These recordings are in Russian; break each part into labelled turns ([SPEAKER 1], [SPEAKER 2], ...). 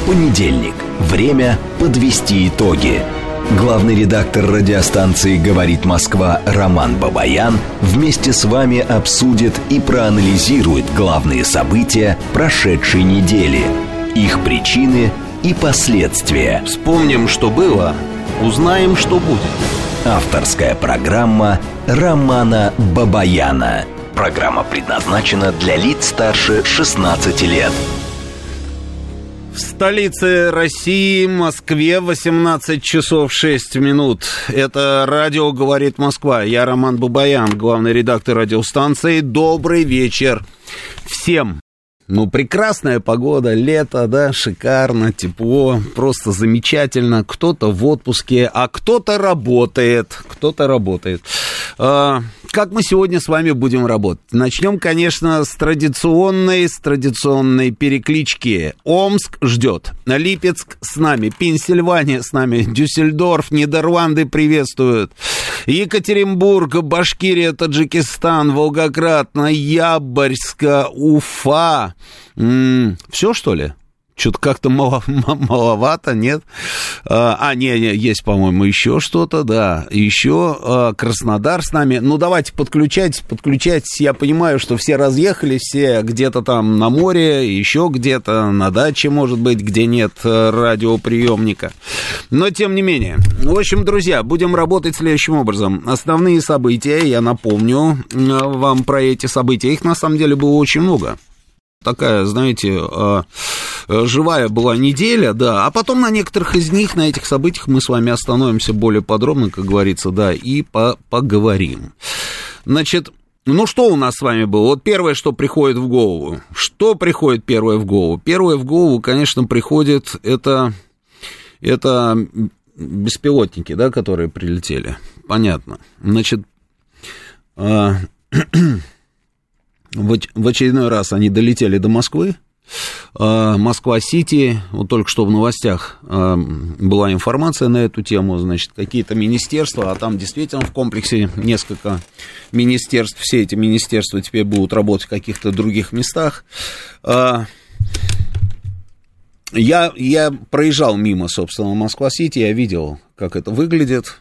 [SPEAKER 1] Понедельник. Время подвести итоги. Главный редактор радиостанции «Говорит Москва» Роман Бабаян вместе с вами обсудит и проанализирует главные события прошедшей недели, их причины и последствия.
[SPEAKER 2] Вспомним, что было, узнаем, что будет.
[SPEAKER 1] Авторская программа Романа Бабаяна. Программа предназначена для лиц старше 16 лет.
[SPEAKER 2] В столице России, Москве, 18 часов 6 минут. Это радио «Говорит Москва». Я Роман Бабаян, главный редактор радиостанции. Добрый вечер всем. Ну, прекрасная погода, лето, да, шикарно, тепло, просто замечательно. Кто-то в отпуске, а кто-то работает, Как мы сегодня с вами будем работать? Начнем, конечно, с традиционной переклички. Омск ждет, Липецк с нами, Пенсильвания с нами, Дюссельдорф, Нидерланды приветствуют, Екатеринбург, Башкирия, Таджикистан, Волгоград, Ноябрьск, Уфа. Все, что ли? Что-то как-то маловато, нет? Не, есть, по-моему, еще что-то, да. Еще Краснодар с нами. Ну, давайте подключайтесь. Я понимаю, что все разъехались, все где-то там на море, еще где-то на даче, может быть, где нет радиоприемника. Но, тем не менее. В общем, друзья, будем работать следующим образом. Основные события, я напомню вам про эти события. Их, на самом деле, было очень много. Такая, знаете, живая была неделя, да, а потом на некоторых из них, на этих событиях мы с вами остановимся более подробно, как говорится, да, и поговорим. Значит, ну что у нас с вами было? Вот первое, что приходит в голову. Что приходит первое в голову? Первое в голову, конечно, приходит, это беспилотники, да, которые прилетели. Понятно. Значит, в очередной раз они долетели до Москвы. Москва-Сити, вот только что в новостях была информация на эту тему, значит, какие-то министерства, а там действительно в комплексе несколько министерств, все эти министерства теперь будут работать в каких-то других местах. Я проезжал мимо, собственно, Москва-Сити, я видел, как это выглядит.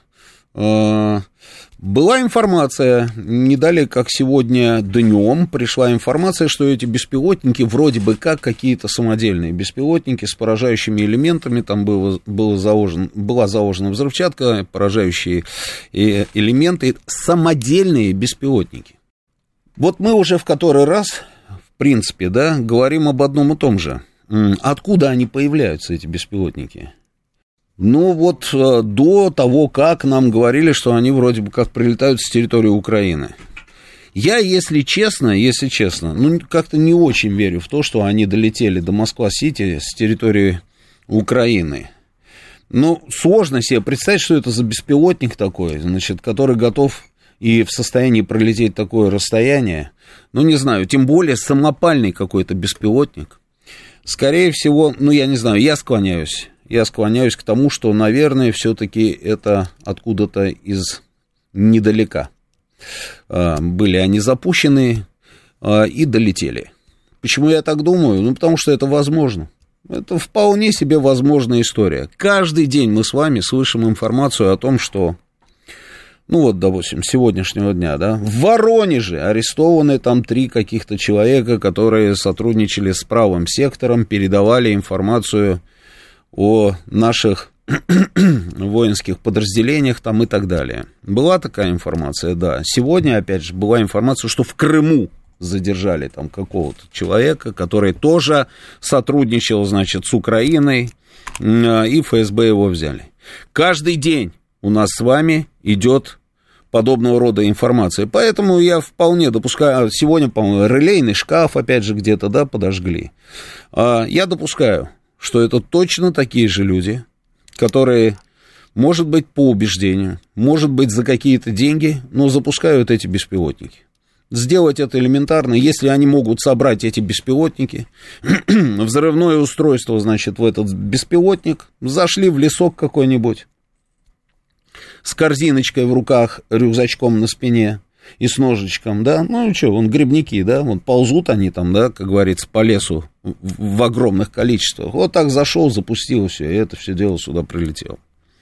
[SPEAKER 2] Была информация, не далее, как сегодня днем, пришла информация, что эти беспилотники вроде бы как какие-то самодельные беспилотники с поражающими элементами, там была заложена взрывчатка, поражающие элементы, самодельные беспилотники. Вот мы уже в который раз, в принципе, да, говорим об одном и том же. Откуда они появляются, эти беспилотники? Ну, вот до того, как нам говорили, что они вроде бы как прилетают с территории Украины. Я, если честно, ну, как-то не очень верю в то, что они долетели до Москва-Сити с территории Украины. Ну, сложно себе представить, что это за беспилотник такой, значит, который готов и в состоянии пролететь такое расстояние. Ну, не знаю, тем более самопальный какой-то беспилотник. Скорее всего, ну, я не знаю, я склоняюсь к тому, что, наверное, все-таки это откуда-то из недалека. Были они запущены и долетели. Почему я так думаю? Ну, потому что это возможно. Это вполне себе возможная история. Каждый день мы с вами слышим информацию о том, что, ну вот, допустим, сегодняшнего дня, да, в Воронеже арестованы там 3 каких-то человека, которые сотрудничали с правым сектором, передавали информацию о наших воинских подразделениях там и так далее. Была такая информация, да. Сегодня, опять же, была информация, что в Крыму задержали там какого-то человека, который тоже сотрудничал, значит, с Украиной, и ФСБ его взяли. Каждый день у нас с вами идет подобного рода информация. Поэтому я вполне допускаю, сегодня, по-моему, релейный шкаф, опять же, где-то, да, подожгли. Я допускаю, что это точно такие же люди, которые, может быть, по убеждению, может быть, за какие-то деньги, но запускают эти беспилотники. Сделать это элементарно, если они могут собрать эти беспилотники, взрывное устройство, значит, в этот беспилотник, зашли в лесок какой-нибудь, с корзиночкой в руках, рюкзачком на спине, и с ножичком, да, ну, что, вон грибники, да, вот ползут они там, да, как говорится, по лесу в огромных количествах. Вот так зашел, запустил все, и это все дело сюда прилетело.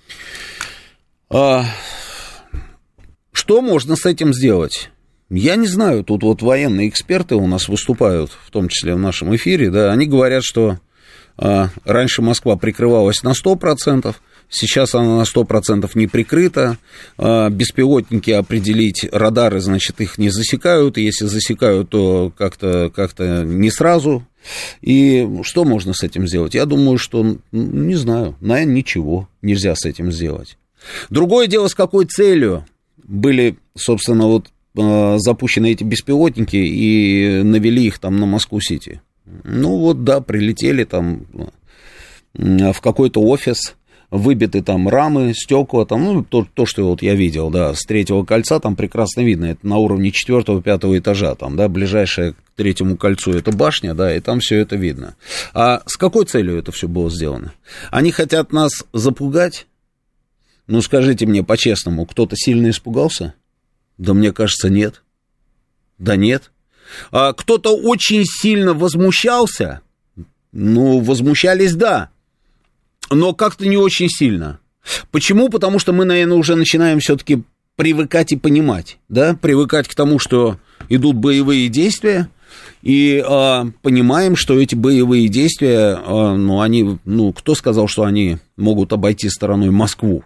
[SPEAKER 2] Что можно с этим сделать? Я не знаю, тут вот военные эксперты у нас выступают, в том числе в нашем эфире, да, они говорят, что раньше Москва прикрывалась на 100%, сейчас она на 100% не прикрыта, беспилотники определить, радары, значит, их не засекают, если засекают, то как-то не сразу. И что можно с этим сделать? Я думаю, что, не знаю, наверное, ничего нельзя с этим сделать. Другое дело, с какой целью были, собственно, вот запущены эти беспилотники и навели их там на Москву-Сити. Ну вот, да, прилетели там в какой-то офис, выбиты там рамы, стекла, там, ну, то, что вот я видел, да, с третьего кольца, там прекрасно видно, это на уровне 4-5 этажа, там, да, ближайшее к третьему кольцу это башня, да, и там все это видно. А с какой целью это все было сделано? Они хотят нас запугать? Ну, скажите мне по-честному, кто-то сильно испугался? Да мне кажется, нет. Да нет. А кто-то очень сильно возмущался? Ну, возмущались, да. Но как-то не очень сильно. Почему? Потому что мы, наверное, уже начинаем все-таки привыкать и понимать, да, привыкать к тому, что идут боевые действия, и понимаем, что эти боевые действия, ну, они, ну, кто сказал, что они могут обойти стороной Москву?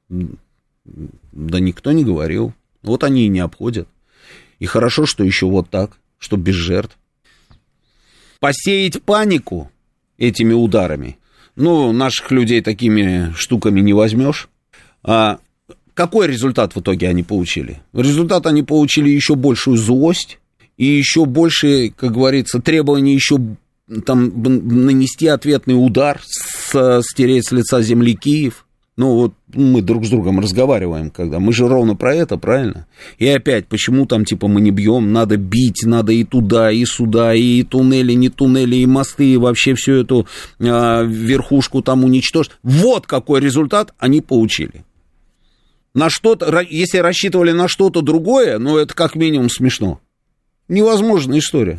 [SPEAKER 2] Да никто не говорил. Вот они и не обходят. И хорошо, что еще вот так, что без жертв. Посеять панику этими ударами, ну, наших людей такими штуками не возьмешь. А какой результат в итоге они получили? Результат они получили еще большую злость и еще больше, как говорится, требование еще там нанести ответный удар, стереть с лица земли Киев. Ну, вот мы друг с другом разговариваем, когда мы же ровно про это, правильно? И опять, почему там, типа, мы не бьем, надо бить, надо и туда, и сюда, и туннели, не туннели, и мосты, и вообще всю эту верхушку там уничтожить. Вот какой результат они получили. На что-то, если рассчитывали на что-то другое, ну, это как минимум смешно. Невозможная история.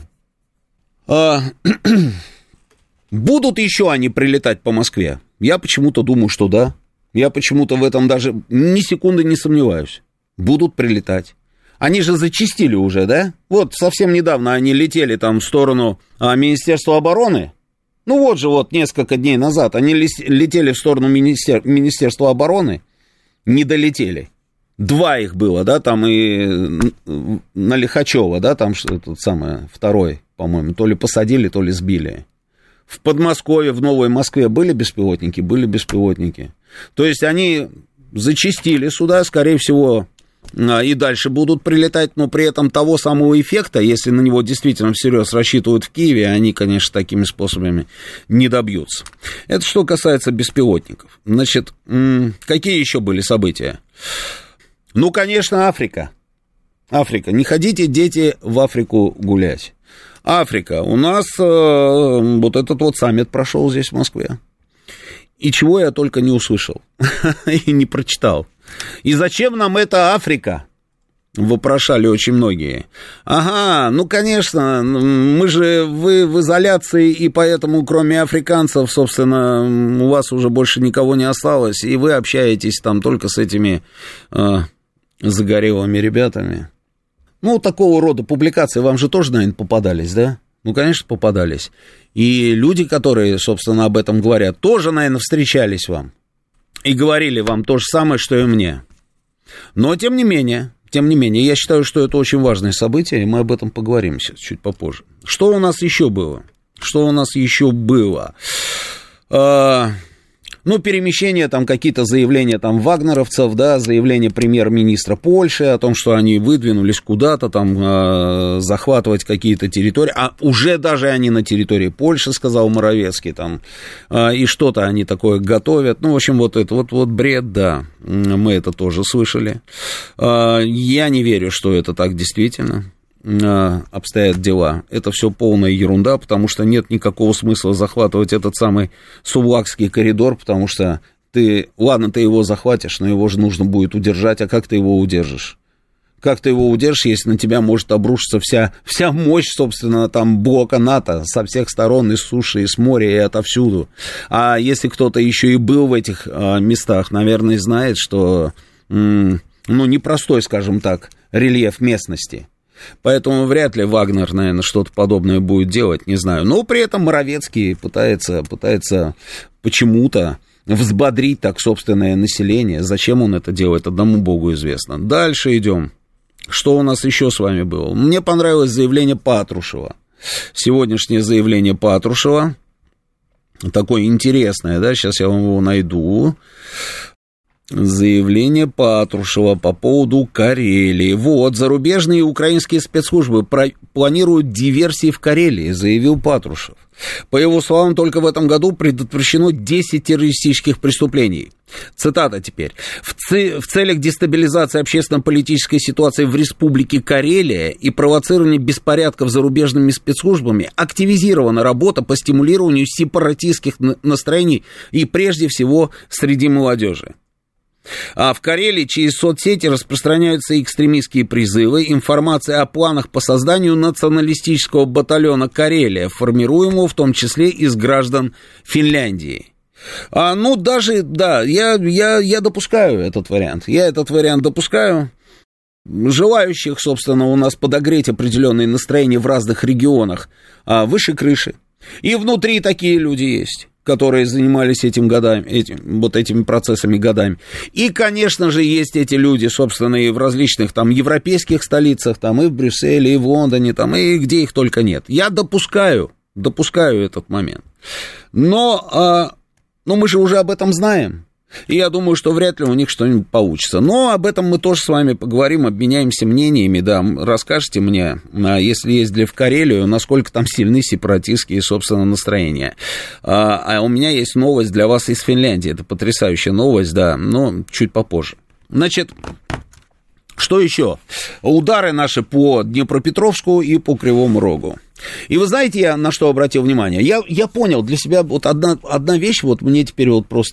[SPEAKER 2] Будут еще они прилетать по Москве? Я почему-то думаю, что да. Я почему-то в этом даже ни секунды не сомневаюсь. Будут прилетать. Они же зачистили уже, да? Вот совсем недавно они летели там в сторону Министерства обороны. Ну вот же вот несколько дней назад они летели в сторону Министерства обороны. Не долетели. 2 их было, да, там и на Лихачева, да, там что-то самое, второй, по-моему, то ли посадили, то ли сбили. В Подмосковье, в Новой Москве были беспилотники? Были беспилотники. То есть они зачастили сюда, скорее всего, и дальше будут прилетать, но при этом того самого эффекта, если на него действительно всерьез рассчитывают в Киеве, они, конечно, такими способами не добьются. Это что касается беспилотников. Значит, какие еще были события? Ну, конечно, Африка. Африка. Не ходите, дети, в Африку гулять. Африка. У нас вот этот вот саммит прошел здесь, в Москве. И чего я только не услышал и не прочитал. И зачем нам эта Африка? Вопрошали очень многие. Ага, ну, конечно, мы же, вы в изоляции, и поэтому, кроме африканцев, собственно, у вас уже больше никого не осталось, и вы общаетесь там только с этими загорелыми ребятами. Ну, такого рода публикации вам же тоже, наверное, попадались, да? Ну, конечно, попадались. И люди, которые, собственно, об этом говорят, тоже, наверное, встречались вам. И говорили вам то же самое, что и мне. Но, тем не менее, я считаю, что это очень важное событие, и мы об этом поговорим сейчас, чуть попозже. Что у нас еще было? Ну, перемещение, там, какие-то заявления, там, вагнеровцев, да, заявление премьер-министра Польши о том, что они выдвинулись куда-то, там, захватывать какие-то территории, а уже даже они на территории Польши, сказал Моровецкий, там, и что-то они такое готовят, ну, в общем, вот это вот бред, да, мы это тоже слышали. Я не верю, что это так действительно обстоят дела. Это все полная ерунда, потому что нет никакого смысла захватывать этот самый Сувлакский коридор, потому что ты его захватишь, но его же нужно будет удержать, а как ты его удержишь? Как ты его удержишь, если на тебя может обрушиться вся мощь, собственно, там блока НАТО со всех сторон, и с суши, и с моря, и отовсюду. А если кто-то еще и был в этих местах, наверное, знает, что, непростой, скажем так, рельеф местности. Поэтому вряд ли Вагнер, наверное, что-то подобное будет делать, не знаю. Но при этом Моровецкий пытается почему-то взбодрить так собственное население. Зачем он это делает, одному Богу известно. Дальше идем. Что у нас еще с вами было? Мне понравилось заявление Патрушева. Сегодняшнее заявление Патрушева. Такое интересное, да? Сейчас я вам его найду. Заявление Патрушева по поводу Карелии. Вот, зарубежные и украинские спецслужбы планируют диверсии в Карелии, заявил Патрушев. По его словам, только в этом году предотвращено 10 террористических преступлений. Цитата теперь. В целях дестабилизации общественно-политической ситуации в Республике Карелия и провоцирования беспорядков зарубежными спецслужбами активизирована работа по стимулированию сепаратистских настроений и прежде всего среди молодежи. А в Карелии через соцсети распространяются экстремистские призывы, информация о планах по созданию националистического батальона Карелия, формируемого в том числе из граждан Финляндии. Я допускаю этот вариант. Я этот вариант допускаю. Желающих, собственно, у нас подогреть определенные настроения в разных регионах выше крыши. И внутри такие люди есть, которые занимались этими процессами годами. И, конечно же, есть эти люди, собственно, и в различных там европейских столицах, там и в Брюсселе, и в Лондоне, там и где их только нет. Я допускаю этот момент. Но мы же уже об этом знаем. И я думаю, что вряд ли у них что-нибудь получится. Но об этом мы тоже с вами поговорим, обменяемся мнениями, да, расскажете мне, если ездили в Карелию, насколько там сильны сепаратистские, собственно, настроения. А у меня есть новость для вас из Финляндии, это потрясающая новость, да, но чуть попозже. Значит, что еще? Удары наши по Днепропетровску и по Кривому Рогу. И вы знаете, я на что обратил внимание? Я понял для себя вот одна вещь, вот мне теперь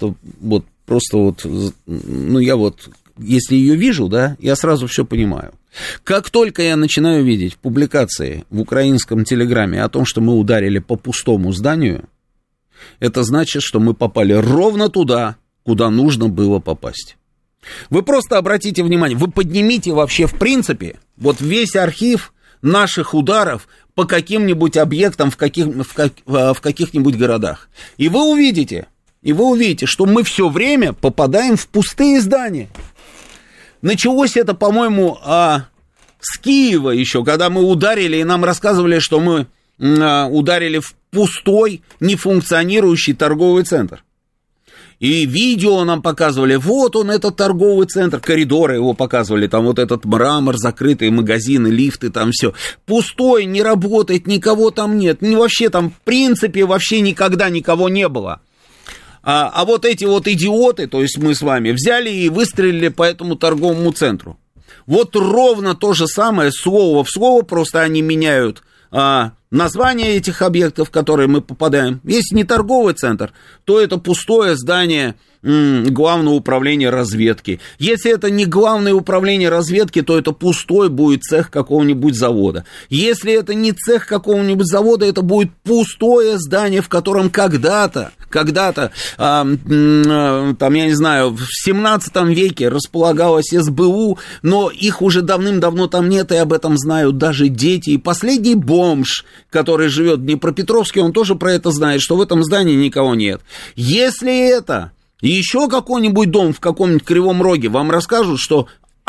[SPEAKER 2] если ее вижу, да, я сразу все понимаю. Как только я начинаю видеть публикации в украинском телеграме о том, что мы ударили по пустому зданию, это значит, что мы попали ровно туда, куда нужно было попасть. Вы просто обратите внимание, вы поднимите вообще в принципе вот весь архив наших ударов по каким-нибудь объектам в каких-нибудь городах. И вы увидите, что мы все время попадаем в пустые здания. Началось это, по-моему, с Киева еще, когда мы ударили, и нам рассказывали, что мы ударили в пустой, нефункционирующий торговый центр. И видео нам показывали, вот он, этот торговый центр, коридоры его показывали, там вот этот мрамор, закрытые магазины, лифты, там все. Пустой, не работает, никого там нет. Вообще там, в принципе, вообще никогда никого не было. А вот эти вот идиоты, то есть мы с вами, взяли и выстрелили по этому торговому центру. Вот ровно то же самое, слово в слово, просто они меняют название этих объектов, в которые мы попадаем. Если не торговый центр, то это пустое здание Главного управления разведки. Если это не Главное управление разведки, то это пустой будет цех какого-нибудь завода. Если это не цех какого-нибудь завода, это будет пустое здание, в котором когда-то, там, я не знаю, в 17 веке располагалась СБУ, но их уже давным-давно там нет, и об этом знают даже дети. И последний бомж, который живет в Днепропетровске, он тоже про это знает, что в этом здании никого нет. Если это еще какой-нибудь дом в каком-нибудь Кривом Роге, вам расскажут, что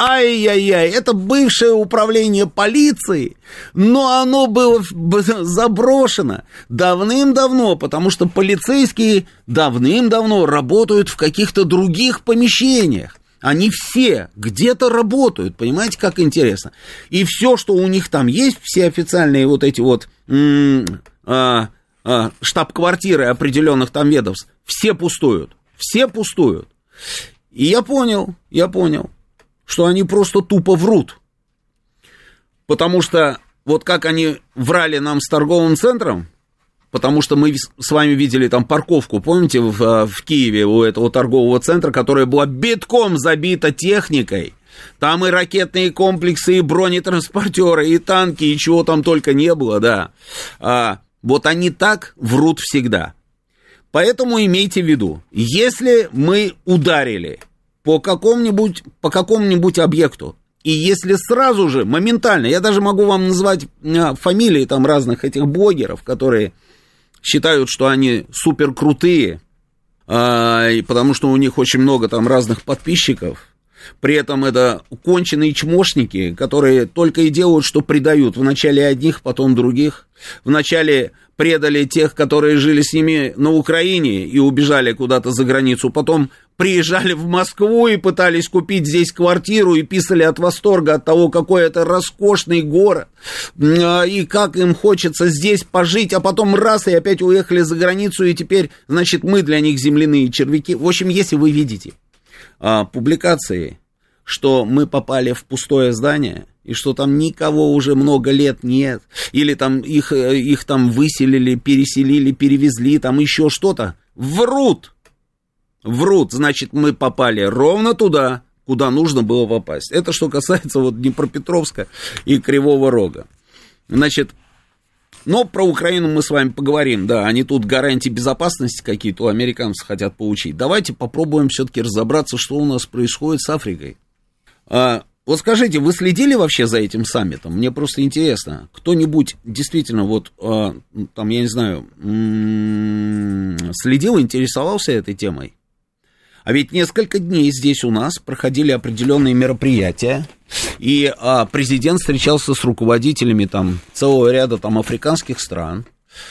[SPEAKER 2] это бывшее управление полиции, но оно было заброшено давным-давно, потому что полицейские давным-давно работают в каких-то других помещениях. Они все где-то работают, понимаете, как интересно. И все, что у них там есть, все официальные вот эти вот штаб-квартиры определенных там ведомств, все пустуют. Все пустуют. И я понял, что они просто тупо врут. Потому что вот как они врали нам с торговым центром, потому что мы с вами видели там парковку, помните, в Киеве у этого торгового центра, которая была битком забита техникой, Там и ракетные комплексы, и бронетранспортеры, и танки, и чего там только не было, да. Вот они так врут всегда. Поэтому имейте в виду, если мы ударили по какому-нибудь объекту, и если сразу же, моментально, я даже могу вам назвать фамилии там разных этих блогеров, которые считают, что они супер крутые, потому что у них очень много там разных подписчиков. При этом это конченые чмошники, которые только и делают, что предают. Вначале одних, потом других. Вначале предали тех, которые жили с ними на Украине и убежали куда-то за границу. Потом приезжали в Москву и пытались купить здесь квартиру и писали от восторга от того, какой это роскошный город. И как им хочется здесь пожить. А потом раз и опять уехали за границу. И теперь, значит, мы для них земляные червяки. В общем, если вы видите публикации, что мы попали в пустое здание, и что там никого уже много лет нет, или там их там выселили, переселили, перевезли, там еще что-то, врут, значит, мы попали ровно туда, куда нужно было попасть. Это что касается вот Днепропетровска и Кривого Рога. Значит, но про Украину мы с вами поговорим, да, они тут гарантии безопасности какие-то у американцев хотят получить. Давайте попробуем все-таки разобраться, что у нас происходит с Африкой. Вот скажите, вы следили вообще за этим саммитом? Мне просто интересно, кто-нибудь действительно вот, там, я не знаю, следил, интересовался этой темой? А ведь несколько дней здесь у нас проходили определенные мероприятия, и президент встречался с руководителями там целого ряда там африканских стран.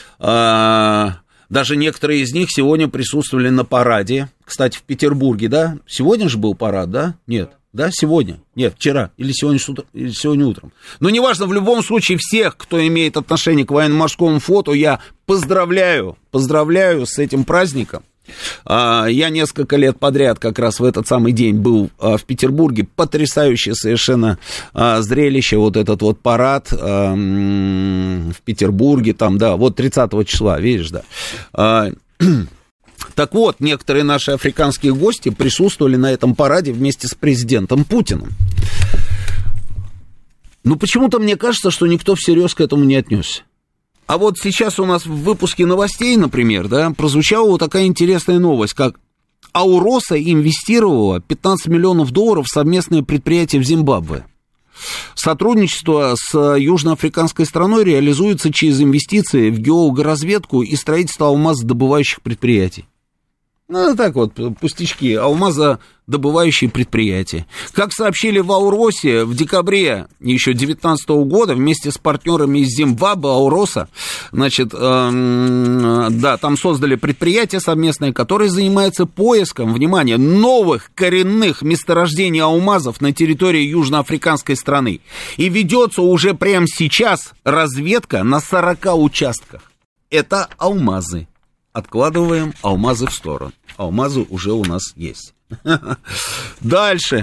[SPEAKER 2] Даже некоторые из них сегодня присутствовали на параде. Кстати, в Петербурге, да? Сегодня же был парад, да? Нет. Да, сегодня? Нет, вчера. Или сегодня утром. Но неважно, в любом случае, всех, кто имеет отношение к военно-морскому флоту, я поздравляю с этим праздником. Я несколько лет подряд как раз в этот самый день был в Петербурге. Потрясающее совершенно зрелище, вот этот вот парад в Петербурге, там, да, вот 30 числа, видишь, да. Так вот, некоторые наши африканские гости присутствовали на этом параде вместе с президентом Путиным. Но почему-то мне кажется, что никто всерьез к этому не отнесся. А вот сейчас у нас в выпуске новостей, например, да, прозвучала вот такая интересная новость, как Ауроса инвестировала $15 миллионов в совместное предприятие в Зимбабве. Сотрудничество с южноафриканской страной реализуется через инвестиции в геологоразведку и строительство алмазодобывающих предприятий. Ну, так вот, пустячки, алмазодобывающие предприятия. Как сообщили в Ауросе в декабре еще 2019 года вместе с партнерами из Зимбабве, Ауроса, значит, да, там создали предприятие совместное, которое занимается поиском, внимание, новых коренных месторождений алмазов на территории южноафриканской страны. И ведется уже прямо сейчас разведка на 40 участках. Это алмазы. Откладываем алмазы в сторону. Алмазы уже у нас есть. Дальше.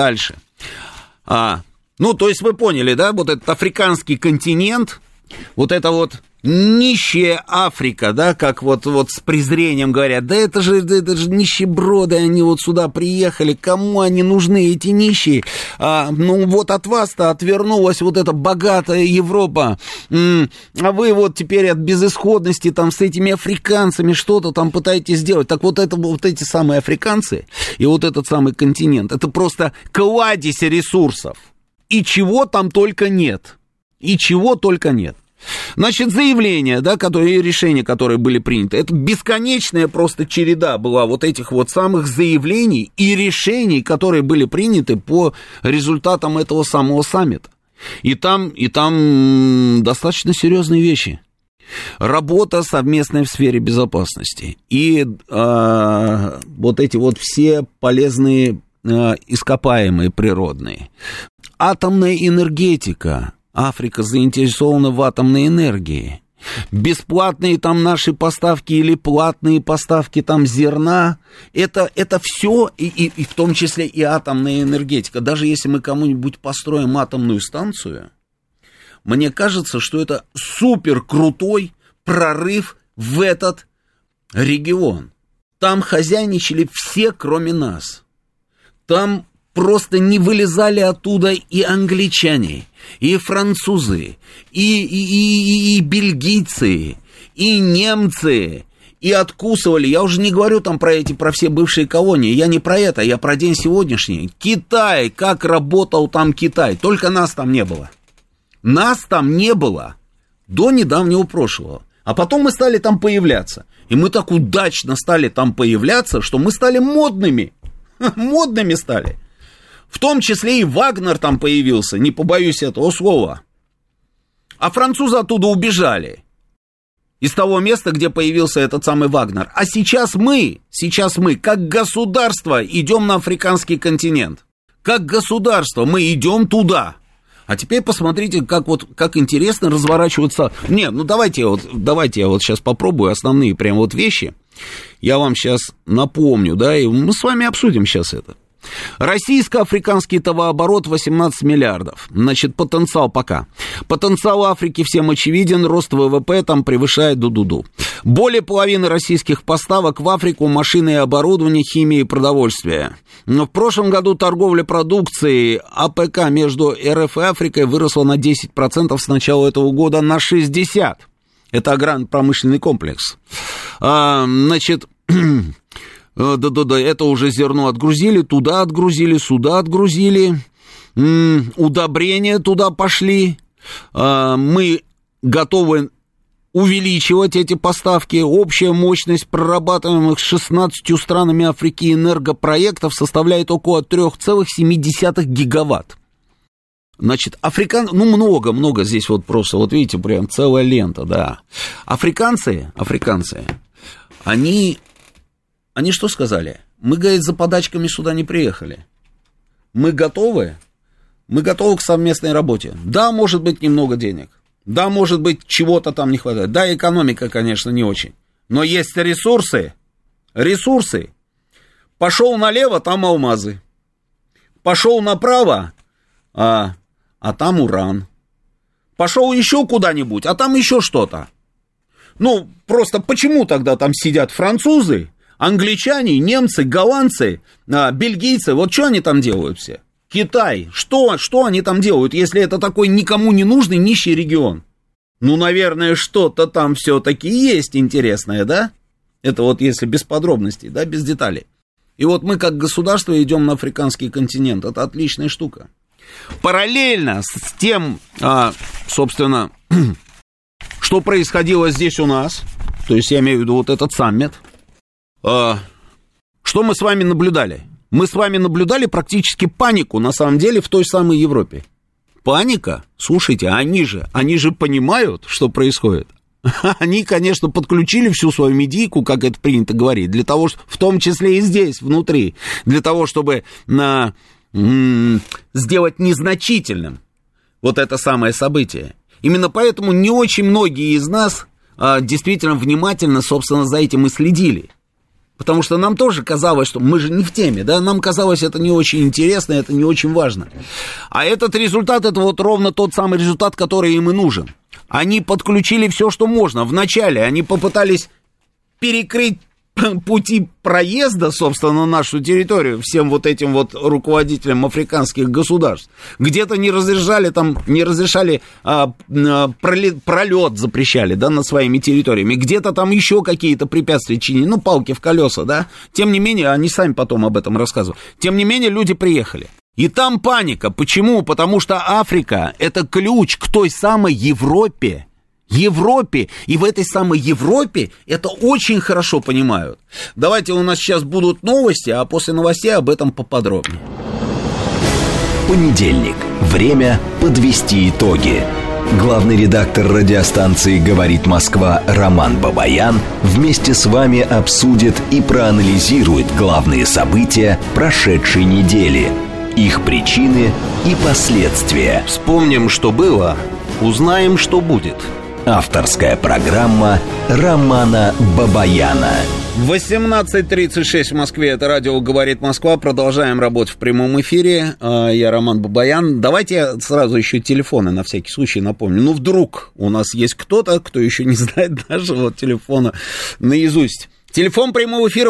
[SPEAKER 2] Ну, то есть вы поняли, да, вот этот африканский континент, вот это вот нищая Африка, да, как вот с презрением говорят, да это же нищеброды, они вот сюда приехали, кому они нужны, эти нищие? Ну, вот от вас-то отвернулась вот эта богатая Европа, а вы вот теперь от безысходности там с этими африканцами что-то там пытаетесь сделать. Так вот это вот эти самые африканцы и вот этот самый континент, это просто кладезь ресурсов. И чего там только нет. Значит, заявления, да, решения, которые были приняты, это бесконечная просто череда была вот этих вот самых заявлений и решений, которые были приняты по результатам этого самого саммита. И там достаточно серьезные вещи. Работа совместная в сфере безопасности. И вот эти вот все полезные ископаемые природные. Атомная энергетика. Африка заинтересована в атомной энергии. Бесплатные там наши поставки или платные поставки там зерна, это все, и в том числе и атомная энергетика. Даже если мы кому-нибудь построим атомную станцию, мне кажется, что это супер крутой прорыв в этот регион. Там хозяйничали все, кроме нас. Там просто не вылезали оттуда и англичане, и французы, и бельгийцы, и немцы, и откусывали. Я уже не говорю там про все бывшие колонии, я не про это, я про день сегодняшний. Китай, как работал там Китай, только нас там не было. Нас там не было до недавнего прошлого. А потом мы стали там появляться. И мы так удачно стали там появляться, что мы стали модными. Модными стали. В том числе и Вагнер там появился, не побоюсь этого слова. А французы оттуда убежали. Из того места, где появился этот самый Вагнер. А сейчас мы, как государство, идем на африканский континент. Как государство мы идем туда. А теперь посмотрите, как интересно разворачиваться. Давайте я вот сейчас попробую основные прям вот вещи. Я вам сейчас напомню, да, и мы с вами обсудим сейчас это. Российско-африканский товарооборот 18 миллиардов. Значит, потенциал пока. Потенциал Африки всем очевиден, рост ВВП там превышает ду-ду-ду. Более половины российских поставок в Африку машины и оборудование, химии и продовольствия. Но в прошлом году торговля продукцией АПК между РФ и Африкой выросла на 10% с начала этого года на 60%. Это аграрно-промышленный комплекс. Значит... Да, это уже зерно отгрузили, туда отгрузили, сюда отгрузили, удобрения туда пошли, мы готовы увеличивать эти поставки, общая мощность прорабатываемых 16 странами Африки энергопроектов составляет около 3,7 гигаватт. Значит, много здесь вот просто, вот видите, прям целая лента, да. Африканцы, Они что сказали? Мы, говорит, за подачками сюда не приехали. Мы готовы к совместной работе. Да, может быть, немного денег. Да, может быть, чего-то там не хватает. Да, экономика, конечно, не очень. Но есть ресурсы. Пошел налево, там алмазы. Пошел направо, а там уран. Пошел еще куда-нибудь, а там еще что-то. Просто почему тогда там сидят французы, англичане, немцы, голландцы, бельгийцы, вот что они там делают все? Китай, что они там делают, если это такой никому не нужный нищий регион? Наверное, что-то там все-таки есть интересное, да? Это вот если без подробностей, да, без деталей. И вот мы как государство идем на африканский континент, это отличная штука. Параллельно с тем, собственно, что происходило здесь у нас, то есть я имею в виду вот этот саммит, что мы с вами наблюдали? Мы с вами наблюдали практически панику, на самом деле, в той самой Европе. Паника? Слушайте, они же понимают, что происходит. Они, конечно, подключили всю свою медийку, как это принято говорить, для того, в том числе и здесь, внутри, для того, чтобы сделать незначительным вот это самое событие. Именно поэтому не очень многие из нас действительно внимательно, собственно, за этим и следили. Потому что нам тоже казалось, что мы же не в теме, да, нам казалось, это не очень интересно, это не очень важно. А этот результат, это вот ровно тот самый результат, который им и нужен. Они подключили все, что можно. Вначале они попытались перекрыть пути проезда, собственно, на нашу территорию всем вот этим вот руководителям африканских государств. Где-то не разрешали пролет запрещали, да, над своими территориями. Где-то там еще какие-то препятствия чинили, палки в колеса, да. Тем не менее, они сами потом об этом рассказывают. Тем не менее, люди приехали. И там паника. Почему? Потому что Африка – это ключ к той самой Европе. И в этой самой Европе это очень хорошо понимают. Давайте, у нас сейчас будут новости, а после новостей об этом поподробнее.
[SPEAKER 1] Понедельник. Время подвести итоги. Главный редактор радиостанции «Говорит Москва» Роман Бабаян вместе с вами обсудит и проанализирует главные события прошедшей недели, их причины и последствия.
[SPEAKER 2] Вспомним, что было, узнаем, что будет.
[SPEAKER 1] Авторская программа Романа Бабаяна.
[SPEAKER 2] 18:36 в Москве, это радио «Говорит Москва». Продолжаем работать в прямом эфире. Я Роман Бабаян. Давайте я сразу еще телефоны на всякий случай напомню. Вдруг у нас есть кто-то, кто еще не знает даже вот телефона наизусть. Телефон прямого эфира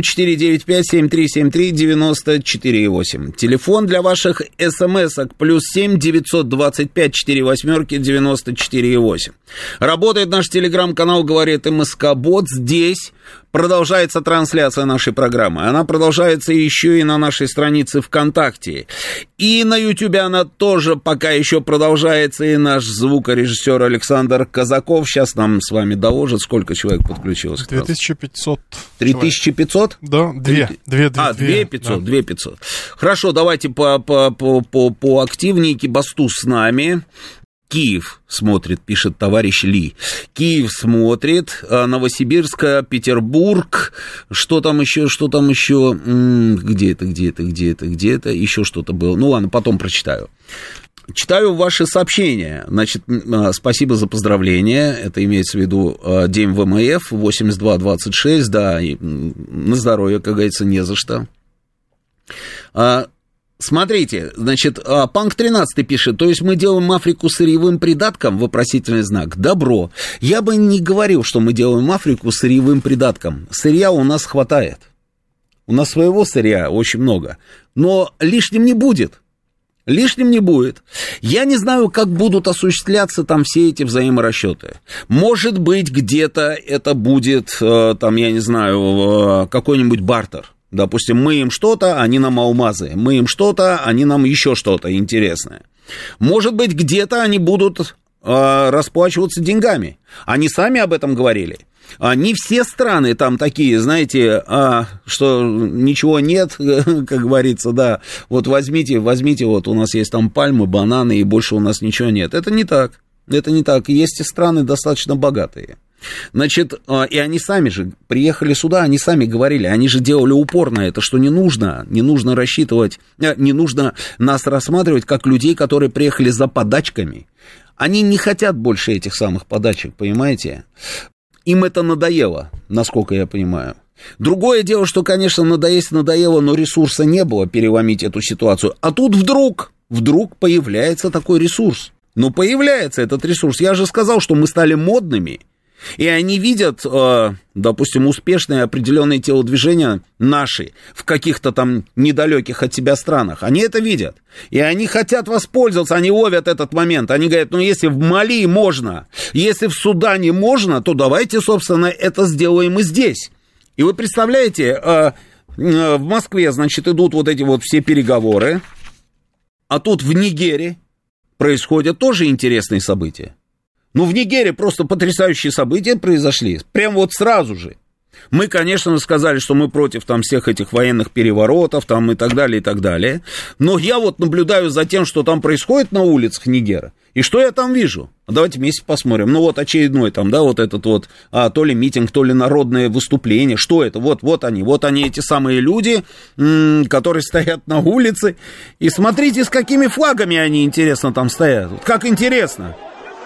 [SPEAKER 2] 8495-7373-94,8. Телефон для ваших смс-ок +7 925 48 94,8. Работает наш телеграм-канал «Говорит МСК-бот». Здесь продолжается трансляция нашей программы. Она продолжается еще и на нашей странице ВКонтакте. И на Ютубе она тоже пока еще продолжается. И наш звукорежиссер Александр Казаков сейчас нам с вами доложит, сколько человек подключилось.
[SPEAKER 3] 2500.
[SPEAKER 2] 3500?
[SPEAKER 3] Да, 2500.
[SPEAKER 2] 2500. Хорошо, давайте поактивнее. Кибастуз с нами. Киев смотрит, пишет товарищ Ли. Киев смотрит, Новосибирск, Петербург, что там еще? Где это? Еще что-то было. Ну ладно, потом прочитаю. Читаю ваши сообщения. Значит, спасибо за поздравления. Это имеется в виду День ВМФ, 82-26, да, и на здоровье, как говорится, не за что. Смотрите, значит, Панк 13 пишет, то есть мы делаем Африку сырьевым придатком, вопросительный знак, добро. Я бы не говорил, что мы делаем Африку сырьевым придатком. Сырья у нас хватает. У нас своего сырья очень много. Но лишним не будет. Лишним не будет. Я не знаю, как будут осуществляться там все эти взаиморасчеты. Может быть, где-то это будет, там, я не знаю, какой-нибудь бартер. Допустим, мы им что-то, они нам алмазы. Мы им что-то, они нам еще что-то интересное. Может быть, где-то они будут расплачиваться деньгами. Они сами об этом говорили. Не все страны там такие, знаете, что ничего нет, как говорится, да. Вот возьмите, вот у нас есть там пальмы, бананы, и больше у нас ничего нет. Это не так. Есть и страны достаточно богатые. Значит, и они сами же приехали сюда, они сами говорили, они же делали упор на это, что не нужно рассчитывать, не нужно нас рассматривать как людей, которые приехали за подачками. Они не хотят больше этих самых подачек, понимаете? Им это надоело, насколько я понимаю. Другое дело, что, конечно, надоело, но ресурса не было переломить эту ситуацию. А тут вдруг появляется такой ресурс. Ну, появляется этот ресурс. Я же сказал, что мы стали модными. И они видят, допустим, успешные определенные телодвижения наши в каких-то там недалеких от себя странах. Они это видят. И они хотят воспользоваться, они ловят этот момент. Они говорят, ну, если в Мали можно, если в Судане можно, то давайте, собственно, это сделаем и здесь. И вы представляете, в Москве, значит, идут вот эти вот все переговоры, а тут в Нигере происходят тоже интересные события. Ну, в Нигерии просто потрясающие события произошли. Прям вот сразу же. Мы, конечно, сказали, что мы против там всех этих военных переворотов там и так далее, и так далее. Но я вот наблюдаю за тем, что там происходит на улицах Нигера. И что я там вижу? Давайте вместе посмотрим. Ну, вот очередной там, да, вот этот вот, то ли митинг, то ли народное выступление. Что это? Вот они, эти самые люди, которые стоят на улице. И смотрите, с какими флагами они, интересно, там стоят. Как интересно.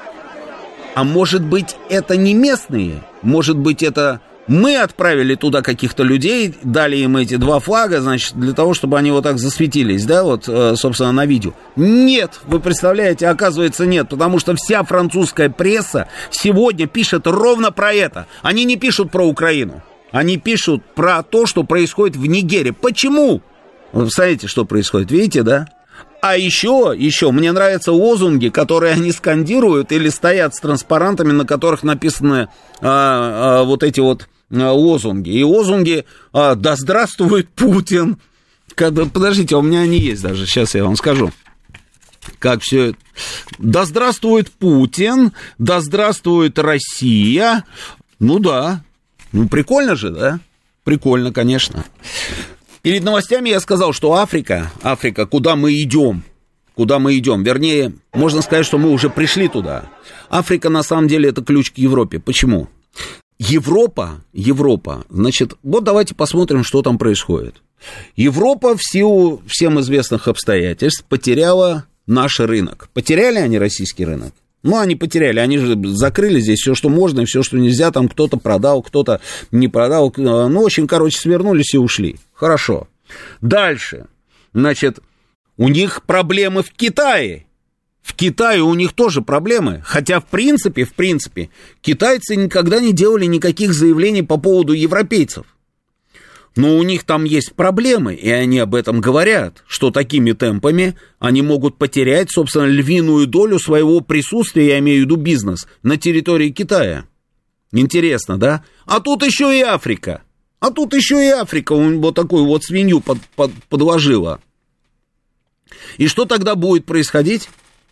[SPEAKER 2] А может быть, это не местные? Может быть, это мы отправили туда каких-то людей, дали им эти два флага, значит, для того, чтобы они вот так засветились, да, вот, собственно, на видео. Нет, вы представляете, оказывается, нет, потому что вся французская пресса сегодня пишет ровно про это. Они не пишут про Украину, они пишут про то, что происходит в Нигере. Почему? Вы представляете, что происходит, видите, да? А еще мне нравятся лозунги, которые они скандируют или стоят с транспарантами, на которых написаны вот эти вот лозунги. И лозунги «Да здравствует Путин». Подождите, у меня они есть даже, сейчас я вам скажу. Как все это. «Да здравствует Путин», «Да здравствует Россия». Ну да, ну прикольно же, да? Прикольно, конечно. Перед новостями я сказал, что Африка, куда мы идем, вернее, можно сказать, что мы уже пришли туда. Африка, на самом деле, это ключ к Европе. Почему? Европа, значит, вот давайте посмотрим, что там происходит. Европа в силу всем известных обстоятельств потеряла наш рынок. Потеряли они российский рынок? Ну, они потеряли, они же закрыли здесь все, что можно, и все, что нельзя, там кто-то продал, кто-то не продал, ну, в общем, свернулись и ушли. Хорошо. Дальше, значит, у них проблемы в Китае. В Китае у них тоже проблемы, хотя в принципе, китайцы никогда не делали никаких заявлений по поводу европейцев. Но у них там есть проблемы, и они об этом говорят, что такими темпами они могут потерять, собственно, львиную долю своего присутствия, я имею в виду бизнес, на территории Китая. Интересно, да? А тут еще и Африка. Вот такую вот свинью подложила. И что тогда будет происходить?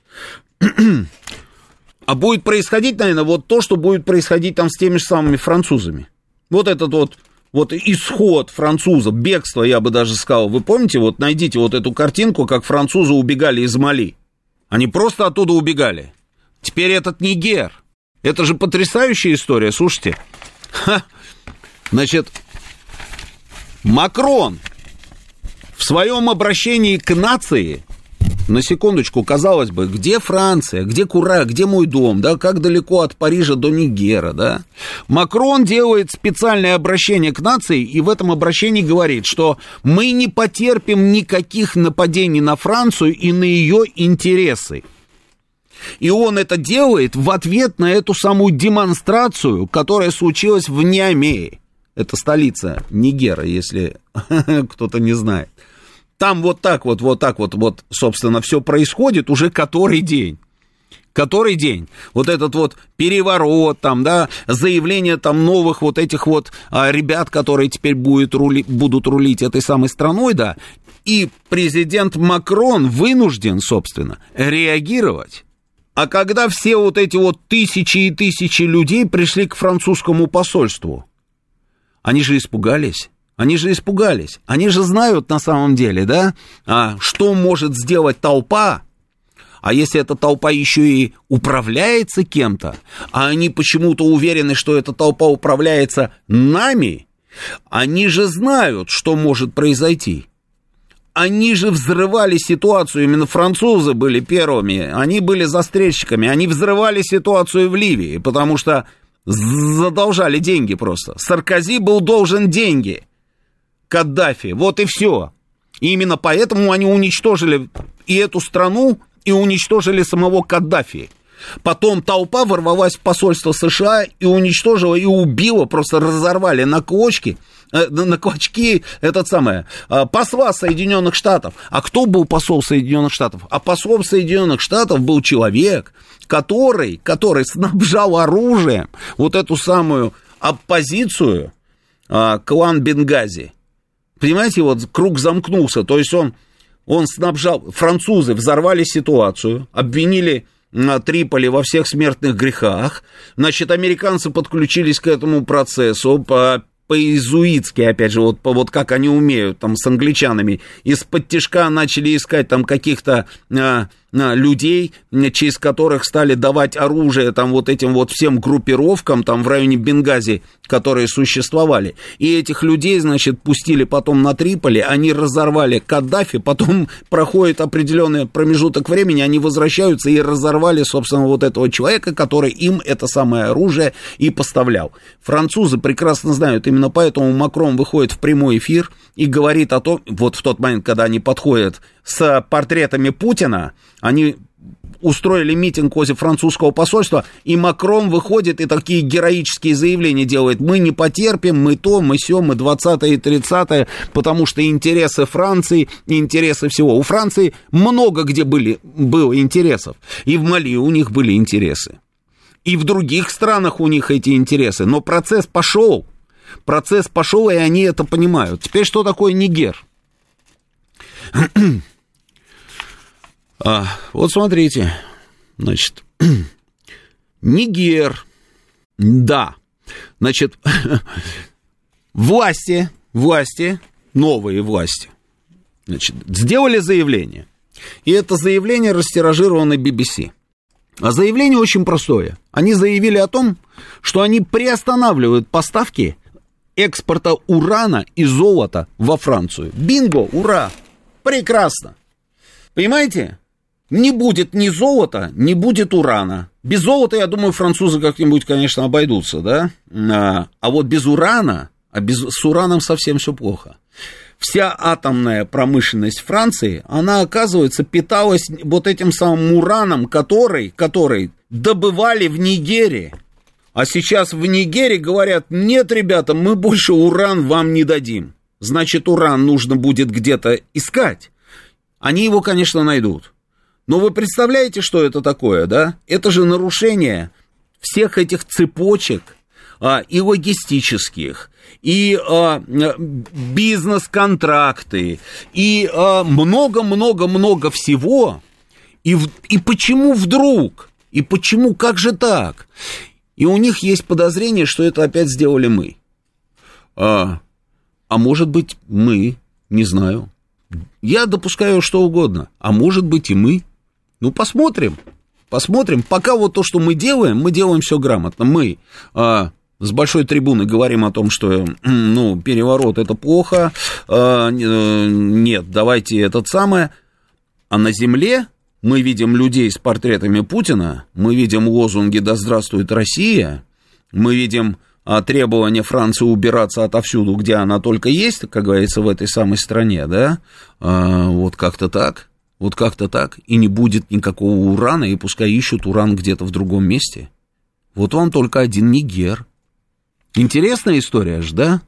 [SPEAKER 2] А будет происходить, наверное, вот то, что будет происходить там с теми же самыми французами. Вот этот вот исход французов, бегство, я бы даже сказал. Вы помните, вот найдите вот эту картинку, как французы убегали из Мали. Они просто оттуда убегали. Теперь этот Нигер. Это же потрясающая история, слушайте. Значит, Макрон в своем обращении к нации, на секундочку, казалось бы, где Франция, где Кура, где мой дом, да, как далеко от Парижа до Нигера, да. Макрон делает специальное обращение к нации и в этом обращении говорит, что мы не потерпим никаких нападений на Францию и на ее интересы. И он это делает в ответ на эту самую демонстрацию, которая случилась в Ниамее. Это столица Нигера, если кто-то не знает. Там вот так вот, собственно, все происходит уже который день. Вот этот вот переворот, там, да, заявление там новых вот этих вот ребят, которые теперь будут рулить этой самой страной, да, и президент Макрон вынужден, собственно, реагировать. А когда все вот эти вот тысячи и тысячи людей пришли к французскому посольству, они же испугались. Они же знают на самом деле, да, что может сделать толпа, а если эта толпа еще и управляется кем-то, а они почему-то уверены, что эта толпа управляется нами, они же знают, что может произойти. Они же взрывали ситуацию, именно французы были первыми, они были застрельщиками, они взрывали ситуацию в Ливии, потому что задолжали деньги просто. Саркози был должен деньги Каддафи, вот и все. И именно поэтому они уничтожили и эту страну, и уничтожили самого Каддафи. Потом толпа ворвалась в посольство США и уничтожила, и убила, просто разорвали на клочки посла Соединенных Штатов. А кто был посол Соединенных Штатов? А послом Соединенных Штатов был человек, который снабжал оружием вот эту самую оппозицию, клан Бенгази. Понимаете, вот круг замкнулся, то есть он снабжал, французы взорвали ситуацию, обвинили Триполи во всех смертных грехах, значит, американцы подключились к этому процессу по-иезуитски, опять же, вот как они умеют, там, с англичанами, из-под тишка начали искать там каких-то людей, через которых стали давать оружие там вот этим вот всем группировкам там в районе Бенгази, которые существовали. И этих людей, значит, пустили потом на Триполи, они разорвали Каддафи, потом проходит определенный промежуток времени, они возвращаются и разорвали, собственно, вот этого человека, который им это самое оружие и поставлял. Французы прекрасно знают, именно поэтому Макрон выходит в прямой эфир и говорит о том, вот в тот момент, когда они подходят с портретами Путина, они устроили митинг возле французского посольства, и Макрон выходит и такие героические заявления делает: мы не потерпим, мы то, мы сё, мы 20-е и 30-е, потому что интересы Франции, интересы всего. У Франции много где было интересов, и в Мали у них были интересы, и в других странах у них эти интересы, но процесс пошел, и они это понимают. Теперь что такое Нигер? Вот смотрите, значит, Нигер, да, значит, власти, новые власти, значит, сделали заявление, и это заявление растиражировано BBC. А заявление очень простое. Они заявили о том, что они приостанавливают поставки экспорта урана и золота во Францию. Бинго, ура, прекрасно. Понимаете? Не будет ни золота, не будет урана. Без золота, я думаю, французы как-нибудь, конечно, обойдутся, да? А вот без урана, с ураном совсем все плохо. вся атомная промышленность Франции, она, оказывается, питалась вот этим самым ураном, который добывали в Нигерии. А сейчас в Нигерии говорят: нет, ребята, мы больше уран вам не дадим. Значит, уран нужно будет где-то искать. Они его, конечно, найдут. Но вы представляете, что это такое, да? Это же нарушение всех этих цепочек, и логистических, и бизнес-контракты, и много-много-много всего. И почему вдруг? И почему? Как же так? И у них есть подозрение, что это опять сделали мы. А может быть, мы, не знаю. Я допускаю что угодно. А может быть, и мы. Ну, посмотрим. Пока вот то, что мы делаем все грамотно. Мы с большой трибуны говорим о том, что, переворот это плохо. Нет, давайте этот самое. А на земле мы видим людей с портретами Путина, мы видим лозунги «Да здравствует Россия», мы видим требования Франции убираться отовсюду, где она только есть, как говорится, в этой самой стране, да, вот как-то так, и не будет никакого урана, и пускай ищут уран где-то в другом месте. Вот вам только один Нигер. Интересная история же, да?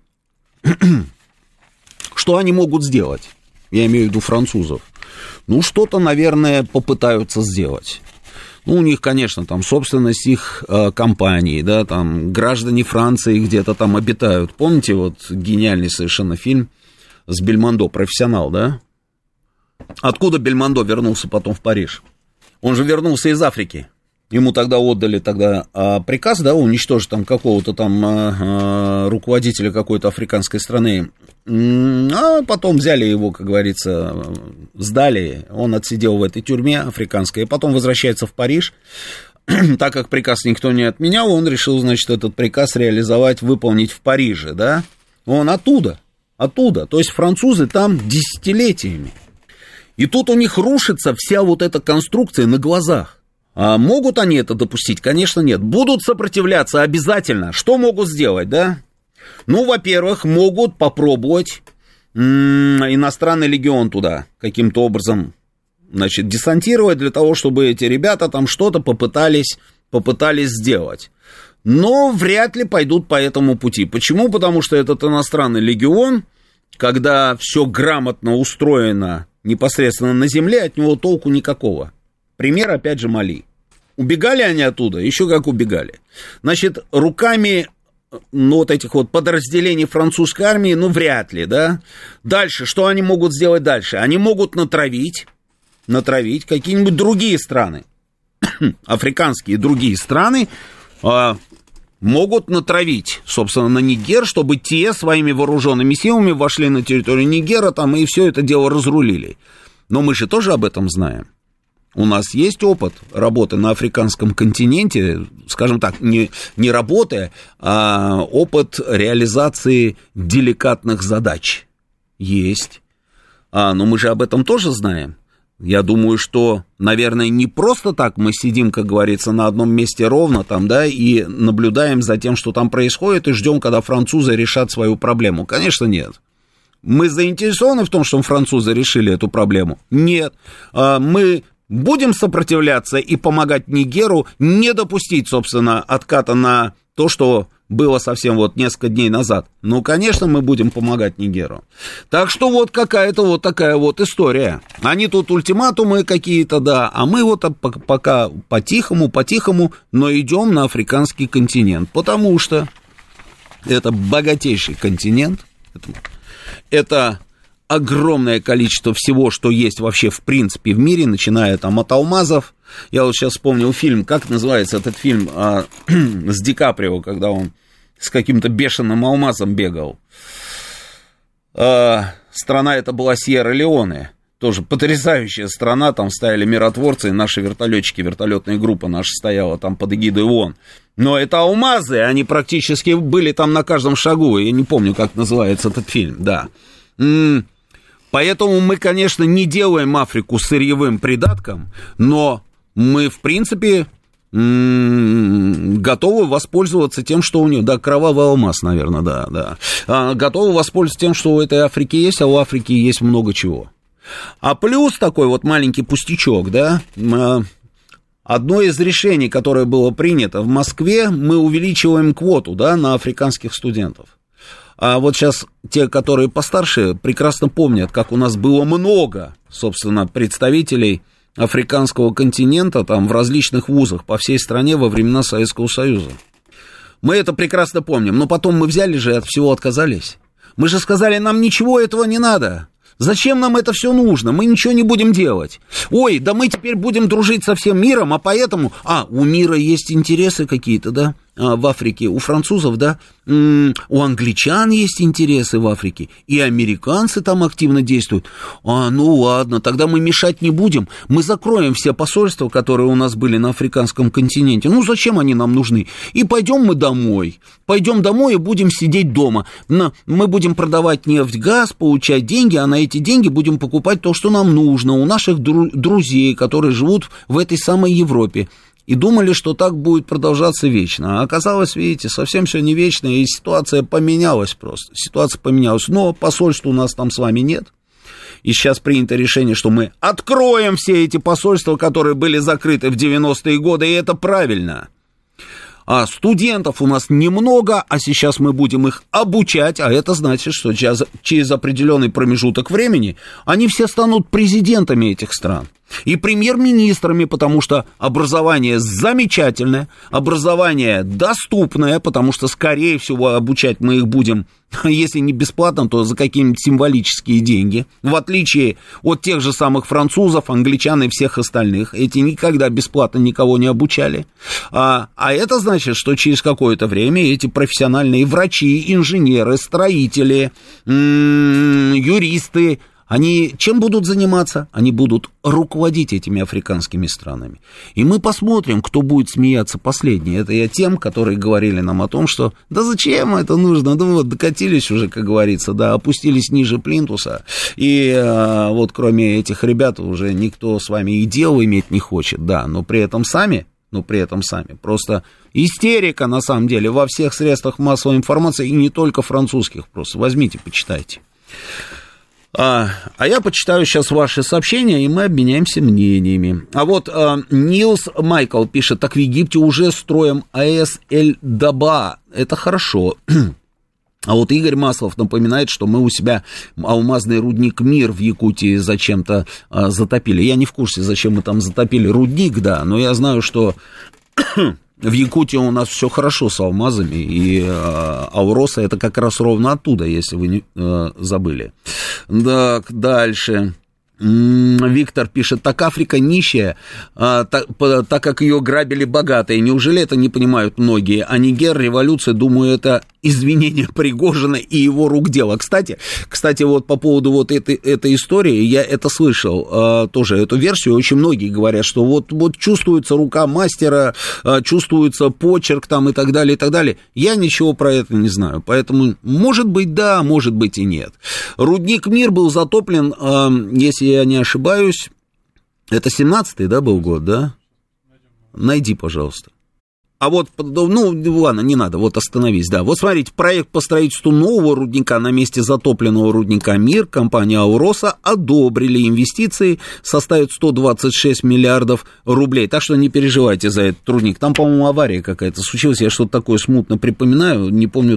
[SPEAKER 2] Что они могут сделать? Я имею в виду французов. Ну, что-то, наверное, попытаются сделать. Ну, у них, конечно, там собственность их компаний, да, там граждане Франции где-то там обитают. Помните, вот гениальный совершенно фильм с Бельмондо, «Профессионал», да? Откуда Бельмондо вернулся потом в Париж? Он же вернулся из Африки. Ему тогда отдали приказ, да, уничтожить там какого-то там руководителя какой-то африканской страны. А потом взяли его, как говорится, сдали. Он отсидел в этой тюрьме африканской, и потом возвращается в Париж. Так как приказ никто не отменял, он решил, значит, этот приказ реализовать, выполнить в Париже, да. Он оттуда. То есть французы там десятилетиями. И тут у них рушится вся вот эта конструкция на глазах. А могут они это допустить? Конечно, нет. Будут сопротивляться обязательно. Что могут сделать, да? Ну, во-первых, могут попробовать иностранный легион туда каким-то образом, значит, десантировать для того, чтобы эти ребята там что-то попытались сделать. Но вряд ли пойдут по этому пути. Почему? Потому что этот иностранный легион, когда все грамотно устроено непосредственно на земле, от него толку никакого. Пример, опять же, Мали. Убегали они оттуда? Еще как убегали. Значит, руками вот этих вот подразделений французской армии, вряд ли, да. Дальше, что они могут сделать дальше? Они могут натравить какие-нибудь другие страны. Африканские другие страны могут натравить, собственно, на Нигер, чтобы те своими вооруженными силами вошли на территорию Нигера там, и все это дело разрулили. Но мы же тоже об этом знаем. У нас есть опыт работы на африканском континенте, скажем так, не работы, а опыт реализации деликатных задач. Есть. Но мы же об этом тоже знаем. Я думаю, что, наверное, не просто так мы сидим, как говорится, на одном месте ровно там, да, и наблюдаем за тем, что там происходит, и ждем, когда французы решат свою проблему. Конечно, нет. Мы заинтересованы в том, чтобы французы решили эту проблему? Нет. Мы будем сопротивляться и помогать Нигеру не допустить, собственно, отката на то, что было совсем вот несколько дней назад. Ну, конечно, мы будем помогать Нигеру. Так что вот какая-то вот такая вот история. Они тут ультиматумы какие-то, да, а мы вот пока по-тихому, но идем на африканский континент, потому что это богатейший континент, это огромное количество всего, что есть вообще в принципе в мире, начиная там от алмазов. Я вот сейчас вспомнил фильм, как называется этот фильм с Ди Каприо, когда он с каким-то бешеным алмазом бегал. Страна это была Сьерра-Леоне. Тоже потрясающая страна, там стояли миротворцы, и наши вертолетчики, вертолетная группа наша стояла там под эгидой ООН. Но это алмазы, они практически были там на каждом шагу. Я не помню, как называется этот фильм, да. Поэтому мы, конечно, не делаем Африку сырьевым придатком, но мы, в принципе, готовы воспользоваться тем, что у нее, да, кровавый алмаз, наверное, да, готовы воспользоваться тем, что у этой Африки есть, а у Африки есть много чего. А плюс такой вот маленький пустячок, да, одно из решений, которое было принято в Москве, мы увеличиваем квоту, да, на африканских студентов. А вот сейчас те, которые постарше, прекрасно помнят, как у нас было много, собственно, представителей африканского континента там в различных вузах по всей стране во времена Советского Союза. Мы это прекрасно помним, но потом мы взяли же и от всего отказались. Мы же сказали, нам ничего этого не надо. Зачем нам это все нужно? Мы ничего не будем делать. Ой, да мы теперь будем дружить со всем миром, а поэтому... у мира есть интересы какие-то, да, в Африке, у французов, да, у англичан есть интересы в Африке, и американцы там активно действуют. Ну ладно, тогда мы мешать не будем, мы закроем все посольства, которые у нас были на африканском континенте. Ну зачем они нам нужны? И пойдем мы домой. Пойдем домой и будем сидеть дома. Мы будем продавать нефть, газ, получать деньги, а на эти деньги будем покупать то, что нам нужно у наших друзей, которые живут в этой самой Европе. И думали, что так будет продолжаться вечно. А оказалось, видите, совсем все не вечно, и ситуация поменялась просто. Ситуация поменялась, но посольства у нас там с вами нет. И сейчас принято решение, что мы откроем все эти посольства, которые были закрыты в 90-е годы, и это правильно. А студентов у нас немного, а сейчас мы будем их обучать, а это значит, что через определенный промежуток времени они все станут президентами этих стран и премьер-министрами, потому что образование замечательное, образование доступное, потому что, скорее всего, обучать мы их будем, если не бесплатно, то за какие-нибудь символические деньги, в отличие от тех же самых французов, англичан и всех остальных. Эти никогда бесплатно никого не обучали. А это значит, что через какое-то время эти профессиональные врачи, инженеры, строители, юристы, они чем будут заниматься? Они будут руководить этими африканскими странами. И мы посмотрим, кто будет смеяться последний. Это я тем, которые говорили нам о том, что да зачем это нужно? Да вот докатились уже, как говорится, да, опустились ниже плинтуса. И вот кроме этих ребят уже никто с вами и дел иметь не хочет, да, но при этом сами просто истерика, на самом деле, во всех средствах массовой информации, и не только французских, просто возьмите, почитайте. А я почитаю сейчас ваши сообщения, и мы обменяемся мнениями. А вот Нилс Майкл пишет, так в Египте уже строим АЭС Эль-Даба, это хорошо. А вот Игорь Маслов напоминает, что мы у себя алмазный рудник «Мир» в Якутии зачем-то затопили. Я не в курсе, зачем мы там затопили рудник, да, но я знаю, что в Якутии у нас все хорошо с алмазами, и Ауроса это как раз ровно оттуда, если вы не забыли. Так, дальше. Виктор пишет, так Африка нищая, так как ее грабили богатые. Неужели это не понимают многие? А Нигер, революция, думаю, это извинение Пригожина и его рук дело. Кстати, вот по поводу вот этой истории, я это слышал, тоже эту версию, очень многие говорят, что вот чувствуется рука мастера, чувствуется почерк там и так далее, и так далее. Я ничего про это не знаю, поэтому может быть да, может быть и нет. Рудник «Мир» был затоплен, если я не ошибаюсь, это 17-й, да, был год, да? Найди, пожалуйста. А вот, ну, ладно, не надо, вот остановись, да. Вот смотрите, проект по строительству нового рудника на месте затопленного рудника «Мир» компания «Ауроса» одобрили. Инвестиции составят 126 миллиардов рублей. Так что не переживайте за этот рудник. Там, по-моему, авария какая-то случилась. Я что-то такое смутно припоминаю. Не помню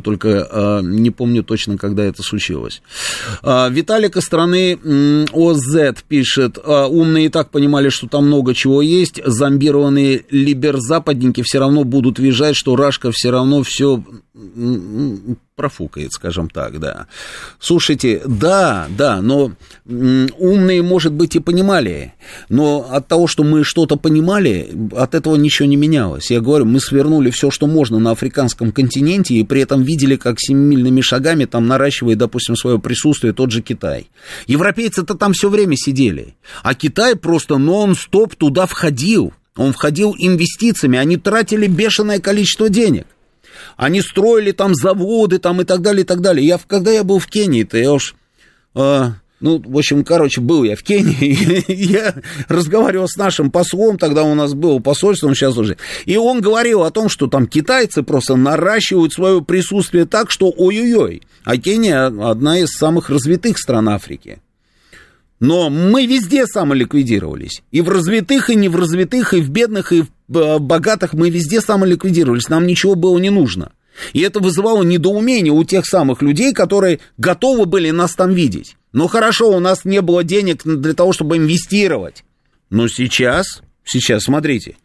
[SPEAKER 2] точно, когда это случилось. Виталик из страны ОЗ пишет. Умные и так понимали, что там много чего есть. Зомбированные либерзападники все равно будут визжать, что Рашка все равно все профукает, скажем так, да. Слушайте, да, но умные, может быть, и понимали, но от того, что мы что-то понимали, от этого ничего не менялось. Я говорю, мы свернули все, что можно на африканском континенте, и при этом видели, как семимильными шагами там наращивает, допустим, свое присутствие тот же Китай. Европейцы-то там все время сидели, а Китай просто нон-стоп туда входил. Он входил инвестициями, они тратили бешеное количество денег. Они строили там заводы там, и так далее, и так далее. Когда я был в Кении, то я уж Ну, в общем, был я в Кении, я разговаривал с нашим послом, тогда у нас было посольство, он сейчас уже, и он говорил о том, что там китайцы просто наращивают свое присутствие так, что ой-ой-ой, а Кения одна из самых развитых стран Африки. Но мы везде самоликвидировались, и в развитых, и не в развитых, и в бедных, и в богатых мы везде самоликвидировались, нам ничего было не нужно. И это вызывало недоумение у тех самых людей, которые готовы были нас там видеть. Ну хорошо, у нас не было денег для того, чтобы инвестировать. Но сейчас, смотрите,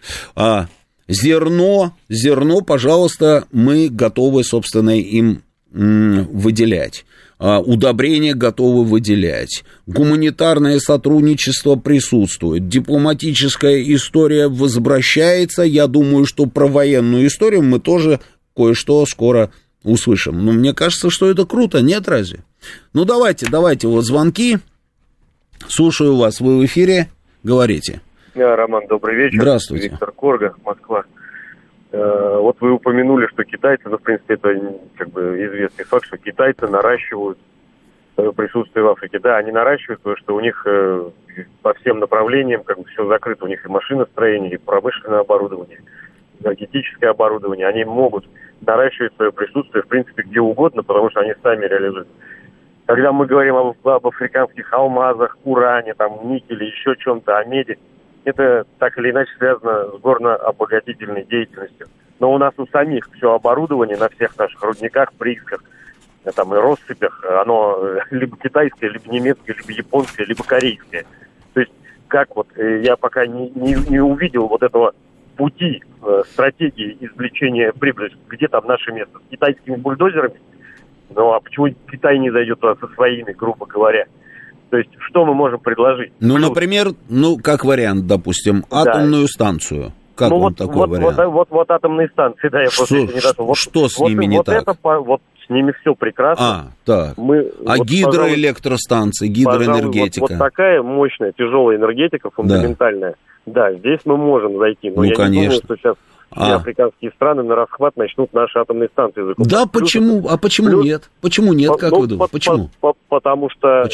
[SPEAKER 2] зерно, пожалуйста, мы готовы, собственно, им выделять. Удобрения готовы выделять. Гуманитарное сотрудничество присутствует. Дипломатическая история возвращается. Я думаю, что про военную историю мы тоже кое-что скоро услышим. Но мне кажется, что это круто, нет разве? Ну, давайте, вот звонки. Слушаю вас, вы в эфире, говорите.
[SPEAKER 4] Роман, добрый вечер.
[SPEAKER 2] Здравствуйте.
[SPEAKER 4] Виктор Корга, Москва. Вот вы упомянули, что китайцы, в принципе, это как бы известный факт, что китайцы наращивают свое присутствие в Африке. Да, они наращивают, потому что у них по всем направлениям как бы все закрыто. У них и машиностроение, и промышленное оборудование, энергетическое оборудование. Они могут наращивать свое присутствие, в принципе, где угодно, потому что они сами реализуют. Когда мы говорим об африканских алмазах, уране, там, никеле, еще чем-то, о меди, это так или иначе связано с горно-обогатительной деятельностью. Но у нас у самих все оборудование на всех наших рудниках, приисках, там, и россыпях, оно либо китайское, либо немецкое, либо японское, либо корейское. То есть, как вот, я пока не увидел вот этого пути, стратегии извлечения прибыли, где там наше место, с китайскими бульдозерами. Ну, а почему Китай не зайдет туда со своими, грубо говоря? То есть, что мы можем предложить?
[SPEAKER 2] Ну, например, как вариант, допустим, атомную станцию. Как вам такой вариант?
[SPEAKER 4] Вот атомные станции, да, я просто не дошел.
[SPEAKER 2] Что с ними не так?
[SPEAKER 4] Вот с ними все прекрасно.
[SPEAKER 2] Так. Гидроэлектростанции, гидроэнергетика.
[SPEAKER 4] Вот такая мощная, тяжелая энергетика, фундаментальная. Да, здесь мы можем зайти, но я
[SPEAKER 2] конечно.
[SPEAKER 4] Не думаю, что сейчас все африканские страны на расхват начнут наши атомные станции закупать.
[SPEAKER 2] Да, почему? Почему нет? Почему нет, как вы думаете? Почему?
[SPEAKER 4] Потому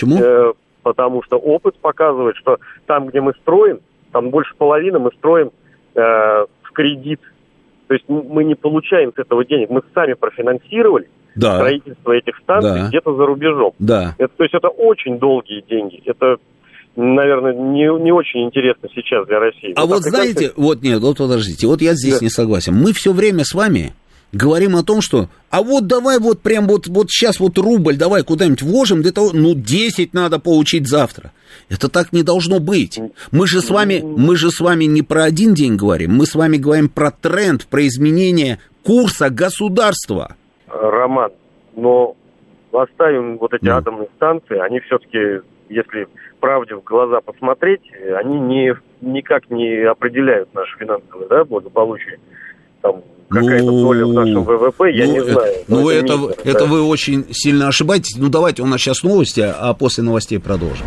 [SPEAKER 4] что опыт показывает, что там, где мы строим, там больше половины мы строим в кредит. То есть мы не получаем с этого денег. Мы сами профинансировали строительство этих станций где-то за рубежом.
[SPEAKER 2] Да.
[SPEAKER 4] То есть это очень долгие деньги. Это, наверное, не очень интересно сейчас для России.
[SPEAKER 2] А вот знаете, подождите, вот я здесь не согласен. Мы все время с вами говорим о том, что, давай прям сейчас рубль давай куда-нибудь вложим, для того, 10 надо получить завтра. Это так не должно быть. Мы же с вами не про один день говорим, мы с вами говорим про тренд, про изменение курса государства.
[SPEAKER 4] Роман, но оставим эти атомные станции, они все-таки, если правде в глаза посмотреть, они никак не определяют наше финансовое благополучие. Там какая-то доля в нашем ВВП, я не знаю.
[SPEAKER 2] Это вы очень сильно ошибаетесь. Давайте, у нас сейчас новости, а после новостей продолжим.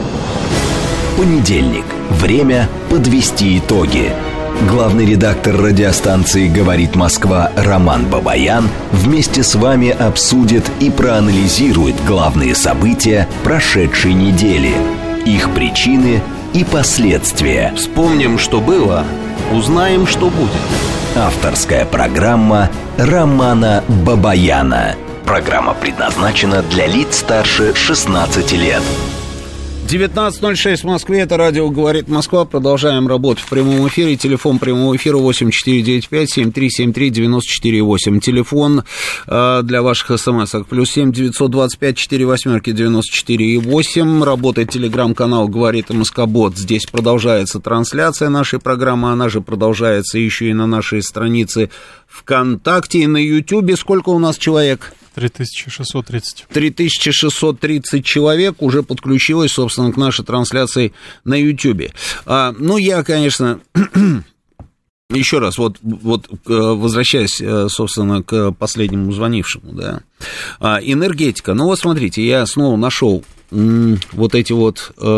[SPEAKER 1] Понедельник. Время подвести итоги. Главный редактор радиостанции «Говорит Москва» Роман Бабаян вместе с вами обсудит и проанализирует главные события прошедшей недели, их причины и последствия.
[SPEAKER 2] Вспомним, что было, узнаем, что будет.
[SPEAKER 1] Авторская программа Романа Бабаяна. Программа предназначена для лиц старше 16 лет.
[SPEAKER 2] 19:06 в Москве, это радио «Говорит Москва». Продолжаем работу в прямом эфире. Телефон прямого эфира 8495-7373-94-8. Телефон для ваших смс-ок +7 925 4 Работает телеграм-канал «Говорит МСК-бот». Здесь продолжается трансляция нашей программы. Она же продолжается еще и на нашей странице ВКонтакте и на Ютьюбе. Сколько у нас человек?
[SPEAKER 3] 3630.
[SPEAKER 2] 3630 человек уже подключилось, собственно, к нашей трансляции на Ютьюбе. Я, конечно, еще раз, возвращаясь, собственно, к последнему звонившему, энергетика. Смотрите, я снова нашел эти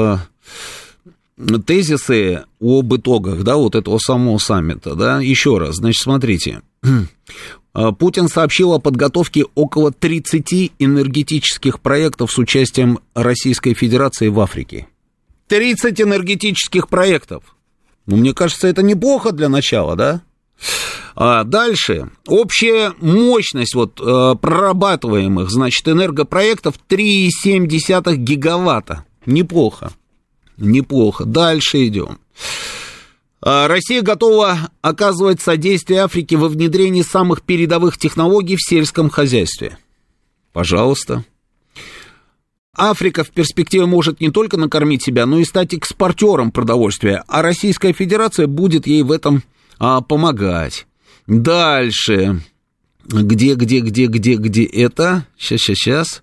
[SPEAKER 2] тезисы об итогах, этого самого саммита, еще раз, значит, смотрите. Путин сообщил о подготовке около 30 энергетических проектов с участием Российской Федерации в Африке. 30 энергетических проектов. Ну, мне кажется, это неплохо для начала, да? Дальше. Общая мощность прорабатываемых, значит, энергопроектов 3,7 гигаватта. Неплохо. Неплохо. Дальше идем. Россия готова оказывать содействие Африке во внедрении самых передовых технологий в сельском хозяйстве. Пожалуйста. Африка в перспективе может не только накормить себя, но и стать экспортером продовольствия, а Российская Федерация будет ей в этом помогать. Дальше. Где это? Сейчас.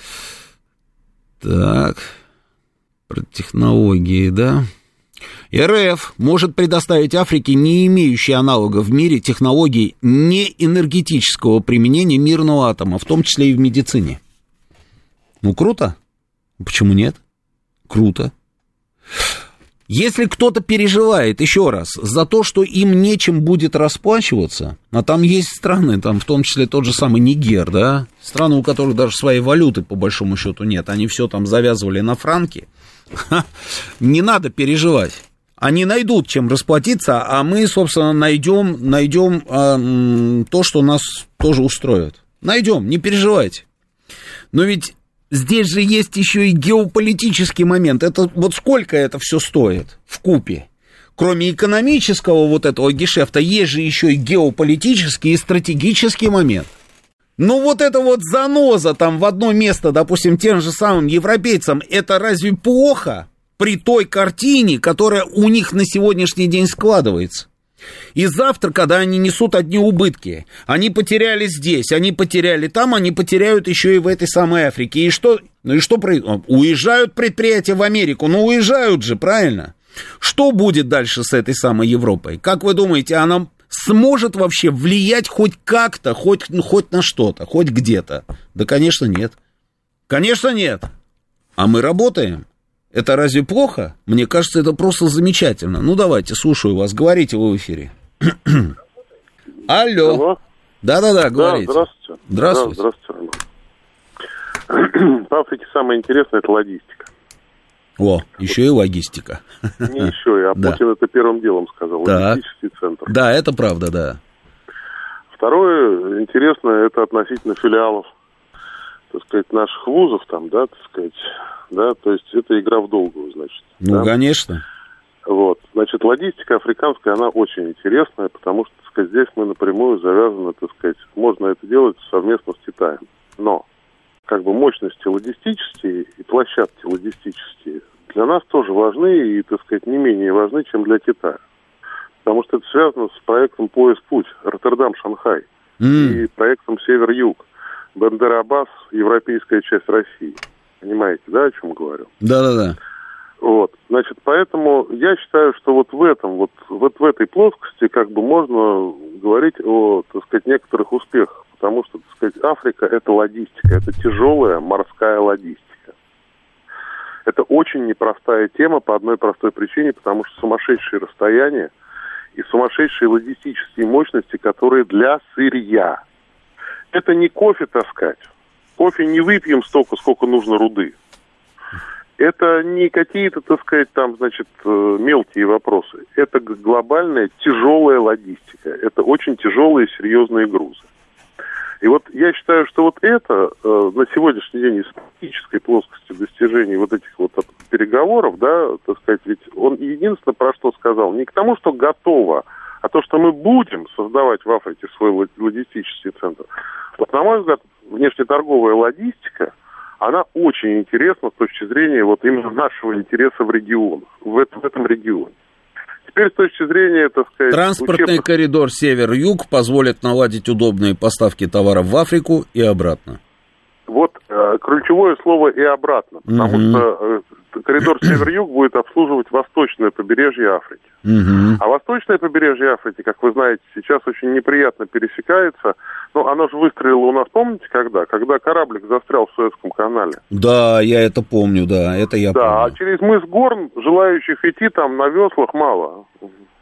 [SPEAKER 2] Так. Про технологии, да. РФ может предоставить Африке не имеющие аналогов в мире технологий неэнергетического применения мирного атома, в том числе и в медицине. Ну, круто. Почему нет? Круто. Если кто-то переживает, еще раз, за то, что им нечем будет расплачиваться, а там есть страны, там в том числе тот же самый Нигер, да, страны, у которых даже своей валюты по большому счету нет, они все там завязывали на франки, не надо переживать. Они найдут, чем расплатиться, а мы, собственно, найдем то, что нас тоже устроит. Найдем, не переживайте. Но ведь здесь же есть еще и геополитический момент. Это вот сколько это все стоит вкупе? Кроме экономического вот этого гешефта, есть же еще и геополитический и стратегический момент. Ну вот это вот заноза там в одно место, допустим, тем же самым европейцам, это разве плохо при той картине, которая у них на сегодняшний день складывается? И завтра, когда они несут одни убытки, они потеряли здесь, они потеряли там, они потеряют еще и в этой самой Африке. И что? Ну и что происходит? Уезжают предприятия в Америку, ну уезжают же, правильно? Что будет дальше с этой самой Европой? Как вы думаете, она сможет вообще влиять хоть как-то, хоть на что-то, хоть где-то? Да, конечно, нет. Конечно, нет. А мы работаем. Это разве плохо? Мне кажется, это просто замечательно. Ну, давайте, слушаю вас. Говорите вы в эфире. Алло. Да-да-да, говорите.
[SPEAKER 5] Здравствуйте.
[SPEAKER 2] Здравствуйте.
[SPEAKER 5] Здравствуйте, Роман. В Африке самое интересное – это логистика.
[SPEAKER 2] О, еще и логистика.
[SPEAKER 5] Не еще, Путин это первым делом сказал. Логистический центр.
[SPEAKER 2] Да, это правда, да.
[SPEAKER 5] Второе интересное – это относительно филиалов, так сказать, наших вузов там, да, так сказать, да, то есть это игра в долгую, значит.
[SPEAKER 2] Ну,
[SPEAKER 5] да?
[SPEAKER 2] Конечно.
[SPEAKER 5] Вот, значит, логистика африканская, она очень интересная, потому что, так сказать, здесь мы напрямую завязаны, так сказать, можно это делать совместно с Китаем. Но, как бы, мощности логистические и площадки логистические для нас тоже важны и, так сказать, не менее важны, чем для Китая. Потому что это связано с проектом «Пояс-путь» Роттердам-Шанхай и проектом «Север-Юг». Бандер-Аббас, европейская часть России. Понимаете, да, о чем говорю?
[SPEAKER 2] Да-да-да.
[SPEAKER 5] Вот, значит, поэтому я считаю, что вот в этом, вот в этой плоскости как бы можно говорить о, так сказать, некоторых успехах, потому что, так сказать, Африка – это логистика, это тяжелая морская логистика. Это очень непростая тема по одной простой причине, потому что сумасшедшие расстояния и сумасшедшие логистические мощности, которые для сырья. Это не кофе таскать. Кофе не выпьем столько, сколько нужно руды. Это не какие-то, так сказать, там, значит, мелкие вопросы. Это глобальная тяжелая логистика. Это очень тяжелые, серьезные грузы. И вот я считаю, что вот это на сегодняшний день из практической плоскости достижений вот этих вот переговоров, да, так сказать, ведь он единственное про что сказал, не к тому, что готово, а то, что мы будем создавать в Африке свой логистический центр. Вот, на мой взгляд, внешнеторговая логистика, она очень интересна с точки зрения вот именно нашего интереса в регионах, в этом регионе. Теперь с точки зрения, так сказать...
[SPEAKER 2] Транспортный коридор север-юг позволит наладить удобные поставки товаров в Африку и обратно.
[SPEAKER 5] Вот ключевое слово «и обратно», потому что коридор север-юг будет обслуживать восточное побережье Африки. А восточное побережье Африки, как вы знаете, сейчас очень неприятно пересекается. Ну, оно же выстрелило у нас, помните, когда? Когда кораблик застрял в Суэцком канале.
[SPEAKER 2] Да, я это помню, да, это я помню.
[SPEAKER 5] Да, а через мыс Горн желающих идти там на веслах мало.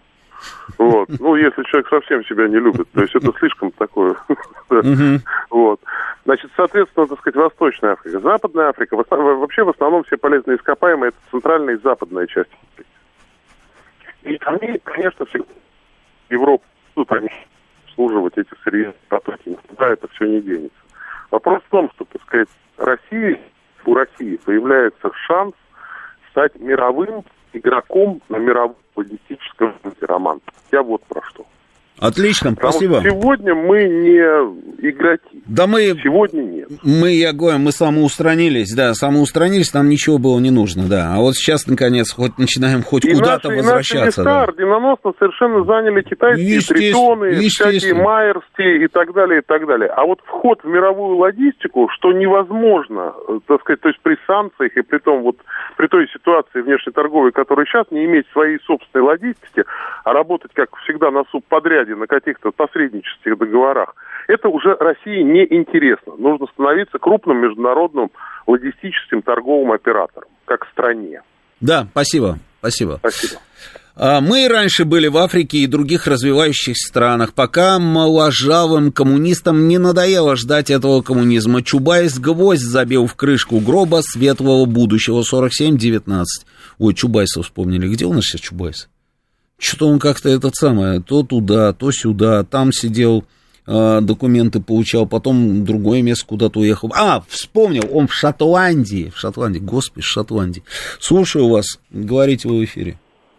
[SPEAKER 5] Вот. Ну, если человек совсем себя не любит, то есть это слишком такое. Вот. Значит, соответственно, так сказать, Восточная Африка. Западная Африка, вообще в основном все полезные ископаемые, это центральная и западная часть Африки. И они, конечно, всегда Европу будут они обслуживать эти сырьевые потоки. Никуда это все не денется. Вопрос в том, что, так сказать, у России появляется шанс стать мировым игроком на мировом логистическом рынке, Роман. Я вот про что.
[SPEAKER 2] Отлично,
[SPEAKER 5] Потому
[SPEAKER 2] спасибо.
[SPEAKER 5] что сегодня мы не игроки.
[SPEAKER 2] Да мы...
[SPEAKER 5] Сегодня нет.
[SPEAKER 2] Мы самоустранились, нам ничего было не нужно, да. А вот сейчас, наконец, начинаем куда-то возвращаться.
[SPEAKER 5] И наши места орденоносно совершенно заняли китайские тритоны, всякие майерские и так далее, и так далее. А вот вход в мировую логистику, что невозможно, так сказать, то есть при санкциях и при том вот при той ситуации внешнеторговой, которая сейчас, не иметь своей собственной логистики, а работать, как всегда, на субподряде, на каких-то посреднических договорах, это уже России не интересно. Нужно становиться крупным международным логистическим торговым оператором, как стране.
[SPEAKER 2] Да, спасибо. Мы раньше были в Африке и других развивающихся странах, пока моложавым коммунистам не надоело ждать этого коммунизма. Чубайс гвоздь забил в крышку гроба светлого будущего. 47-19. Ой, Чубайса вспомнили. Где у нас сейчас Чубайс? Что-то он как-то то туда, то сюда, там сидел, документы получал, потом другое место куда-то уехал. Вспомнил, он в Шотландии, господи, в Шотландии. Слушаю вас, говорите вы в эфире.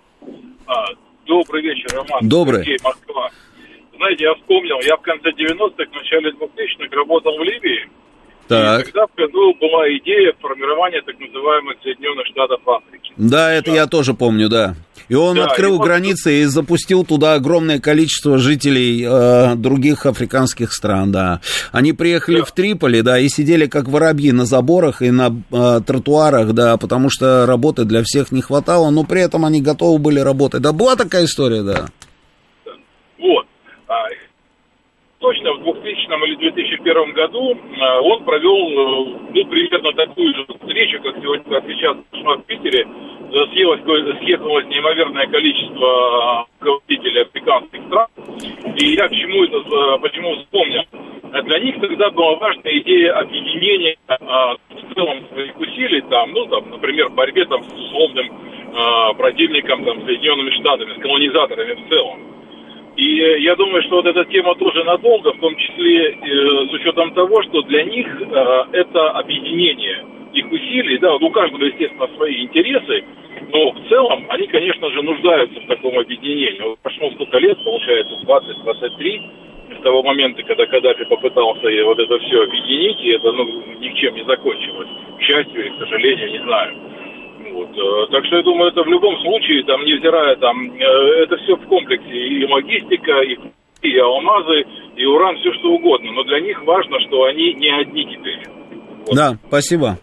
[SPEAKER 6] Добрый вечер, Роман.
[SPEAKER 2] Добрый.
[SPEAKER 6] Сергей, Москва. Знаете, я вспомнил, я в конце 90-х, в начале 2000-х работал в Ливии.
[SPEAKER 2] Так.
[SPEAKER 6] И тогда в году была идея формирования так называемых Соединенных Штатов Африки.
[SPEAKER 2] Да, это я тоже помню, да. И он открыл границы и запустил туда огромное количество жителей других африканских стран, да. Они приехали в Триполи, да, и сидели как воробьи на заборах и на тротуарах, да, потому что работы для всех не хватало, но при этом они готовы были работать. Да, была такая история, да.
[SPEAKER 6] Вот. Точно в 2000 или 2001 году он провел, примерно такую же встречу, как сейчас в Питере. Съехалось неимоверное количество руководителей африканских стран. И я почему вспомнил. Для них тогда была важная идея объединения в целом своих усилий, например, в борьбе с условным противником, Соединенными Штатами, с колонизаторами в целом. И я думаю, что вот эта тема тоже надолго, в том числе с учетом того, что для них это объединение их усилий, да, у каждого, естественно, свои интересы, но в целом они, конечно же, нуждаются в таком объединении. Вот прошло сколько лет, получается, 20-23, с того момента, когда Каддафи попытался вот это все объединить, и это, ни к чем не закончилось. К счастью или к сожалению, не знаю. Вот. Так что я думаю, это в любом случае, невзирая, это все в комплексе, и логистика, и алмазы, и уран, все что угодно. Но для них важно, что они не одни теперь. Вот.
[SPEAKER 2] Да, спасибо.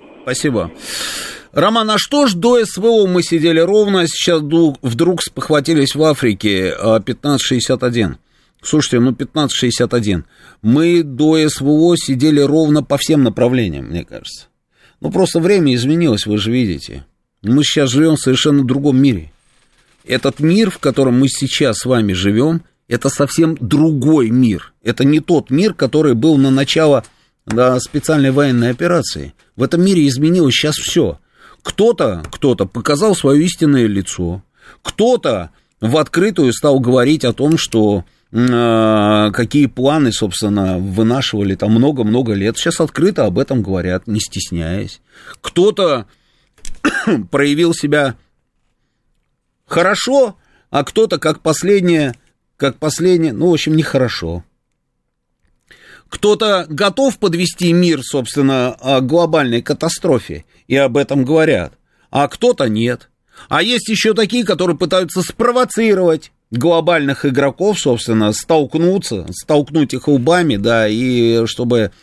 [SPEAKER 2] Роман, а что ж до СВО мы сидели ровно, сейчас вдруг спохватились в Африке 1561? Слушайте, 1561. Мы до СВО сидели ровно по всем направлениям, мне кажется. Просто время изменилось, вы же видите. Мы сейчас живем в совершенно другом мире. Этот мир, в котором мы сейчас с вами живем, это совсем другой мир. Это не тот мир, который был на начало специальной военной операции. В этом мире изменилось сейчас все. Кто-то показал свое истинное лицо. Кто-то в открытую стал говорить о том, что какие планы, собственно, вынашивали много-много лет. Сейчас открыто об этом говорят, не стесняясь. Кто-то проявил себя хорошо, а кто-то как последнее, в общем, нехорошо. Кто-то готов подвести мир, собственно, к глобальной катастрофе, и об этом говорят, а кто-то нет. А есть еще такие, которые пытаются спровоцировать глобальных игроков, собственно, столкнуть их лбами, да, и чтобы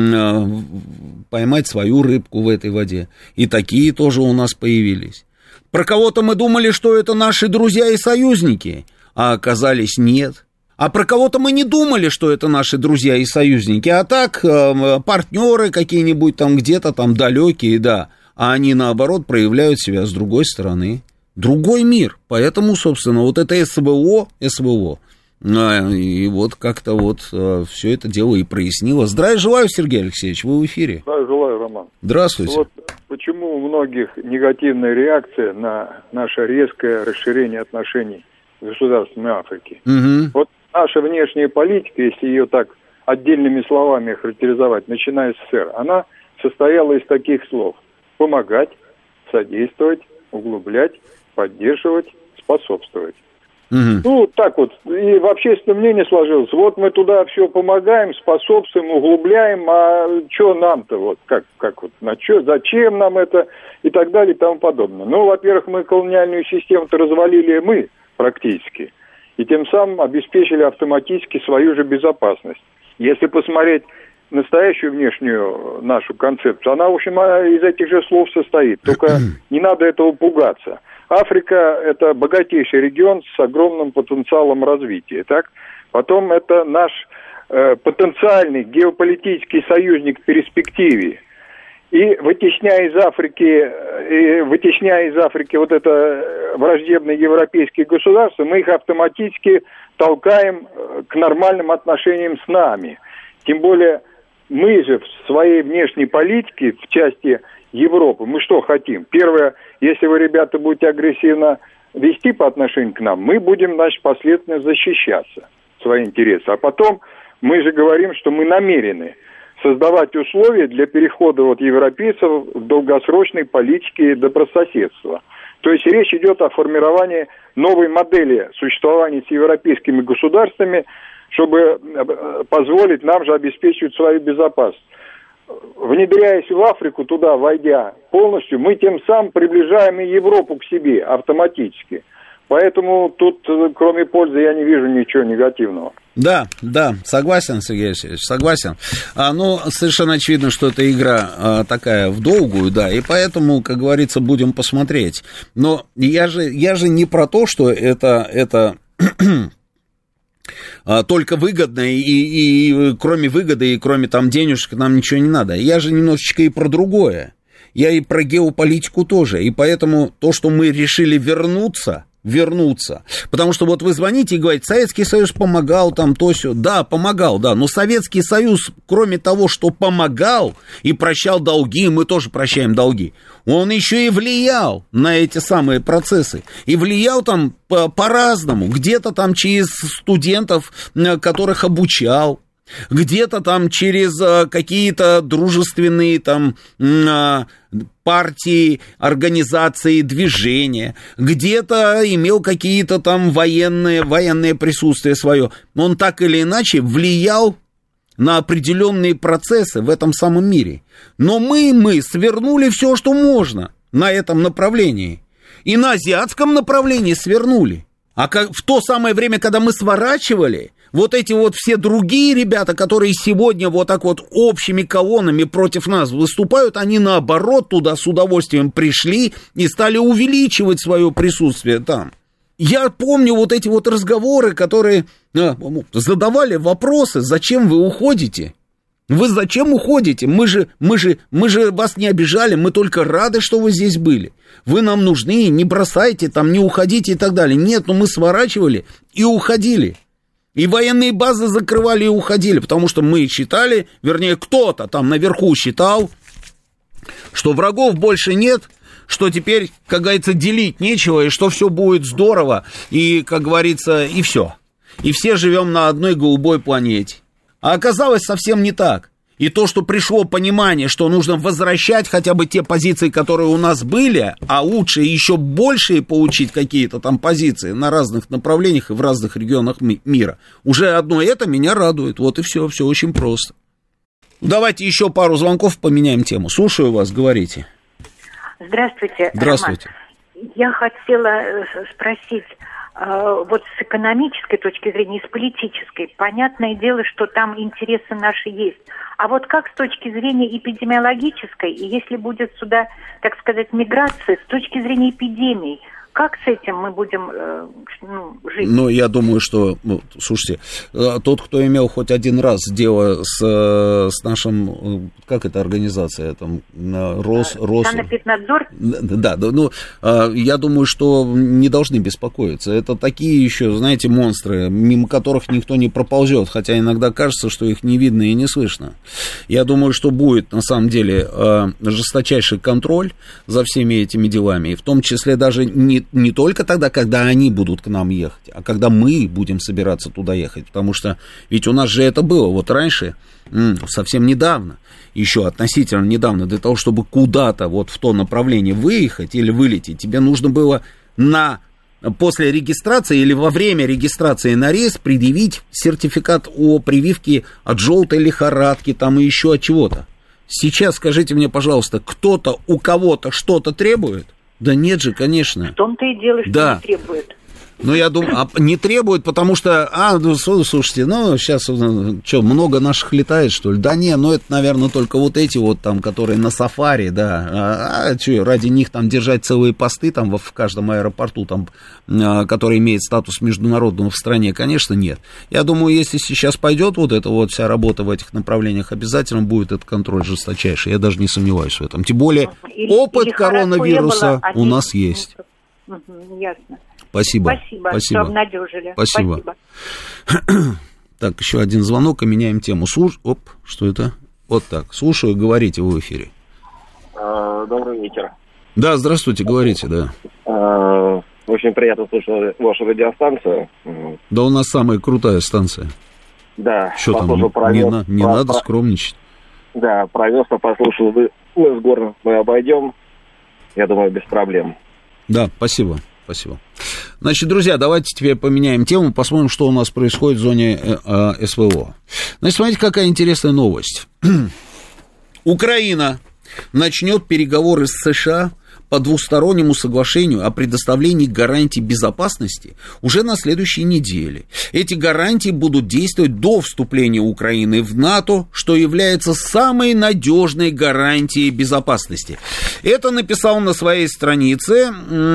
[SPEAKER 2] поймать свою рыбку в этой воде. И такие тоже у нас появились. Про кого-то мы думали, что это наши друзья и союзники, а оказались нет. А про кого-то мы не думали, что это наши друзья и союзники, а так партнеры какие-нибудь где-то далекие, да. А они, наоборот, проявляют себя с другой стороны. Другой мир. Поэтому, собственно, вот это СВО, и вот как-то вот все это дело и прояснило. Здравия желаю, Сергей Алексеевич, вы в эфире.
[SPEAKER 7] Здравия желаю, Роман.
[SPEAKER 2] Здравствуйте.
[SPEAKER 7] Вот почему у многих негативная реакция на наше резкое расширение отношений с государствами Африки.
[SPEAKER 2] Угу.
[SPEAKER 7] Вот наша внешняя политика, если ее так отдельными словами характеризовать, начиная с СССР, она состояла из таких слов: помогать, содействовать, углублять, поддерживать, способствовать.
[SPEAKER 2] Угу.
[SPEAKER 7] Ну, так вот, и в общественном мнении сложилось: вот мы туда все помогаем, способствуем, углубляем, а что нам-то, вот, как вот, на что, зачем нам это, и так далее, и тому подобное. Ну, во-первых, мы колониальную систему-то развалили мы практически, и тем самым обеспечили автоматически свою же безопасность. Если посмотреть настоящую внешнюю нашу концепцию, она, в общем, из этих же слов состоит, только не надо этого пугаться. Африка – это богатейший регион с огромным потенциалом развития. Так? Потом это наш потенциальный геополитический союзник в перспективе. И вытесняя из Африки вот это враждебные европейские государства, мы их автоматически толкаем к нормальным отношениям с нами. Тем более мы же в своей внешней политике в части Европы, мы что хотим? Первое, если вы, ребята, будете агрессивно вести по отношению к нам, мы будем, значит, последовательно защищаться, свои интересы. А потом мы же говорим, что мы намерены создавать условия для перехода от европейцев в долгосрочной политике добрососедства. То есть речь идет о формировании новой модели существования с европейскими государствами, чтобы позволить нам же обеспечивать свою безопасность. Внедряясь в Африку, туда войдя полностью, мы тем самым приближаем и Европу к себе автоматически. Поэтому тут, кроме пользы, я не вижу ничего негативного.
[SPEAKER 2] Да, согласен, Сергей Алексеевич, согласен. Ну, совершенно очевидно, что эта игра такая в долгую, да, и поэтому, как говорится, будем посмотреть. Но я же не про то, что это только выгодно, и кроме выгоды, и кроме там денежек нам ничего не надо. Я же немножечко и про другое. Я и про геополитику тоже. И поэтому то, что мы решили вернуться, потому что вот вы звоните и говорите: Советский Союз помогал, там то-сё. Да, помогал, да, но Советский Союз, кроме того, что помогал и прощал долги, мы тоже прощаем долги, он еще и влиял на эти самые процессы. И влиял там по-разному. Где-то там через студентов, которых обучал, где-то там через какие-то дружественные там партии, организации, движения, где-то имел какие-то там военное присутствие свое. Он так или иначе влиял на определенные процессы в этом самом мире. Но мы свернули все, что можно на этом направлении. И на азиатском направлении свернули. А в то самое время, когда мы сворачивали, вот эти вот все другие ребята, которые сегодня вот так вот общими колоннами против нас выступают, они наоборот туда с удовольствием пришли и стали увеличивать свое присутствие там. Я помню вот эти вот разговоры, которые задавали вопросы: зачем вы уходите? Вы зачем уходите? Мы же вас не обижали, мы только рады, что вы здесь были. Вы нам нужны, не бросайте там, не уходите и так далее. Нет, мы сворачивали и уходили. И военные базы закрывали и уходили, потому что мы считали, вернее, кто-то там наверху считал, что врагов больше нет, что теперь, как говорится, делить нечего, и что все будет здорово, и, как говорится, и все. И все живем на одной голубой планете. А оказалось совсем не так. И то, что пришло понимание, что нужно возвращать хотя бы те позиции, которые у нас были, а лучше еще больше получить какие-то там позиции на разных направлениях и в разных регионах мира. Уже одно это меня радует. Вот и все очень просто. Давайте еще пару звонков, поменяем тему. Слушаю вас, говорите.
[SPEAKER 8] Здравствуйте,
[SPEAKER 2] Здравствуйте.
[SPEAKER 8] Роман. Я хотела спросить, вот с экономической точки зрения и с политической, понятное дело, что там интересы наши есть. А вот как с точки зрения эпидемиологической, и если будет сюда, так сказать, миграция, с точки зрения эпидемий, Как с этим мы будем жить?
[SPEAKER 2] Ну, я думаю, что, слушайте, тот, кто имел хоть один раз дело с нашим, как это организация, там,
[SPEAKER 8] Санэпиднадзор?
[SPEAKER 2] Да, ну, я думаю, что не должны беспокоиться. Это такие еще, знаете, монстры, мимо которых никто не проползет, хотя иногда кажется, что их не видно и не слышно. Я думаю, что будет, на самом деле, жесточайший контроль за всеми этими делами, и в том числе даже не только тогда, когда они будут к нам ехать, а когда мы будем собираться туда ехать, потому что ведь у нас же это было вот раньше, совсем недавно, еще относительно недавно, для того, чтобы куда-то вот в то направление выехать или вылететь, тебе нужно было после регистрации или во время регистрации на рейс предъявить сертификат о прививке от желтой лихорадки, там и еще от чего-то. Сейчас скажите мне, пожалуйста, кто-то у кого-то что-то требует? Да нет же, конечно.
[SPEAKER 8] В том-то и дело, что
[SPEAKER 2] да.
[SPEAKER 8] не требует.
[SPEAKER 2] Ну, я думаю, не требует, потому что, ну, слушайте, ну, сейчас, что, много наших летает, что ли? Да не, ну, это, наверное, только вот эти вот там, которые на сафари, да, что, ради них там держать целые посты там в каждом аэропорту, там, который имеет статус международного в стране, конечно, нет. Я думаю, если сейчас пойдет вот эта вот вся работа в этих направлениях, обязательно будет этот контроль жесточайший, я даже не сомневаюсь в этом. Тем более, опыт коронавируса у нас есть.
[SPEAKER 8] Ясно.
[SPEAKER 2] Спасибо.
[SPEAKER 8] Что обнадежили.
[SPEAKER 2] Спасибо. Так, еще один звонок, и меняем тему. Что это? Вот так. Слушаю, говорите, вы в эфире.
[SPEAKER 9] Добрый вечер.
[SPEAKER 2] Да, здравствуйте, говорите, да.
[SPEAKER 9] Очень приятно слушать вашу радиостанцию.
[SPEAKER 2] Да, у нас самая крутая станция.
[SPEAKER 9] Да.
[SPEAKER 2] Что там, не надо скромничать.
[SPEAKER 9] Да, провез-то послушал. Мы с гор мы обойдем. Я думаю, без проблем.
[SPEAKER 2] Да, спасибо. Значит, друзья, давайте теперь поменяем тему, посмотрим, что у нас происходит в зоне СВО. Значит, смотрите, какая интересная новость. Украина начнет переговоры с США по двустороннему соглашению о предоставлении гарантий безопасности уже на следующей неделе. Эти гарантии будут действовать до вступления Украины в НАТО, что является самой надежной гарантией безопасности. Это написал на своей странице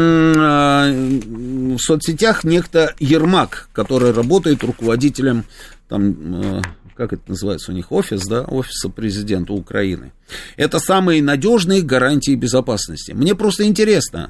[SPEAKER 2] в соцсетях некто Ермак, который работает руководителем там, как это называется у них, офиса президента Украины. Это самые надежные гарантии безопасности. Мне просто интересно,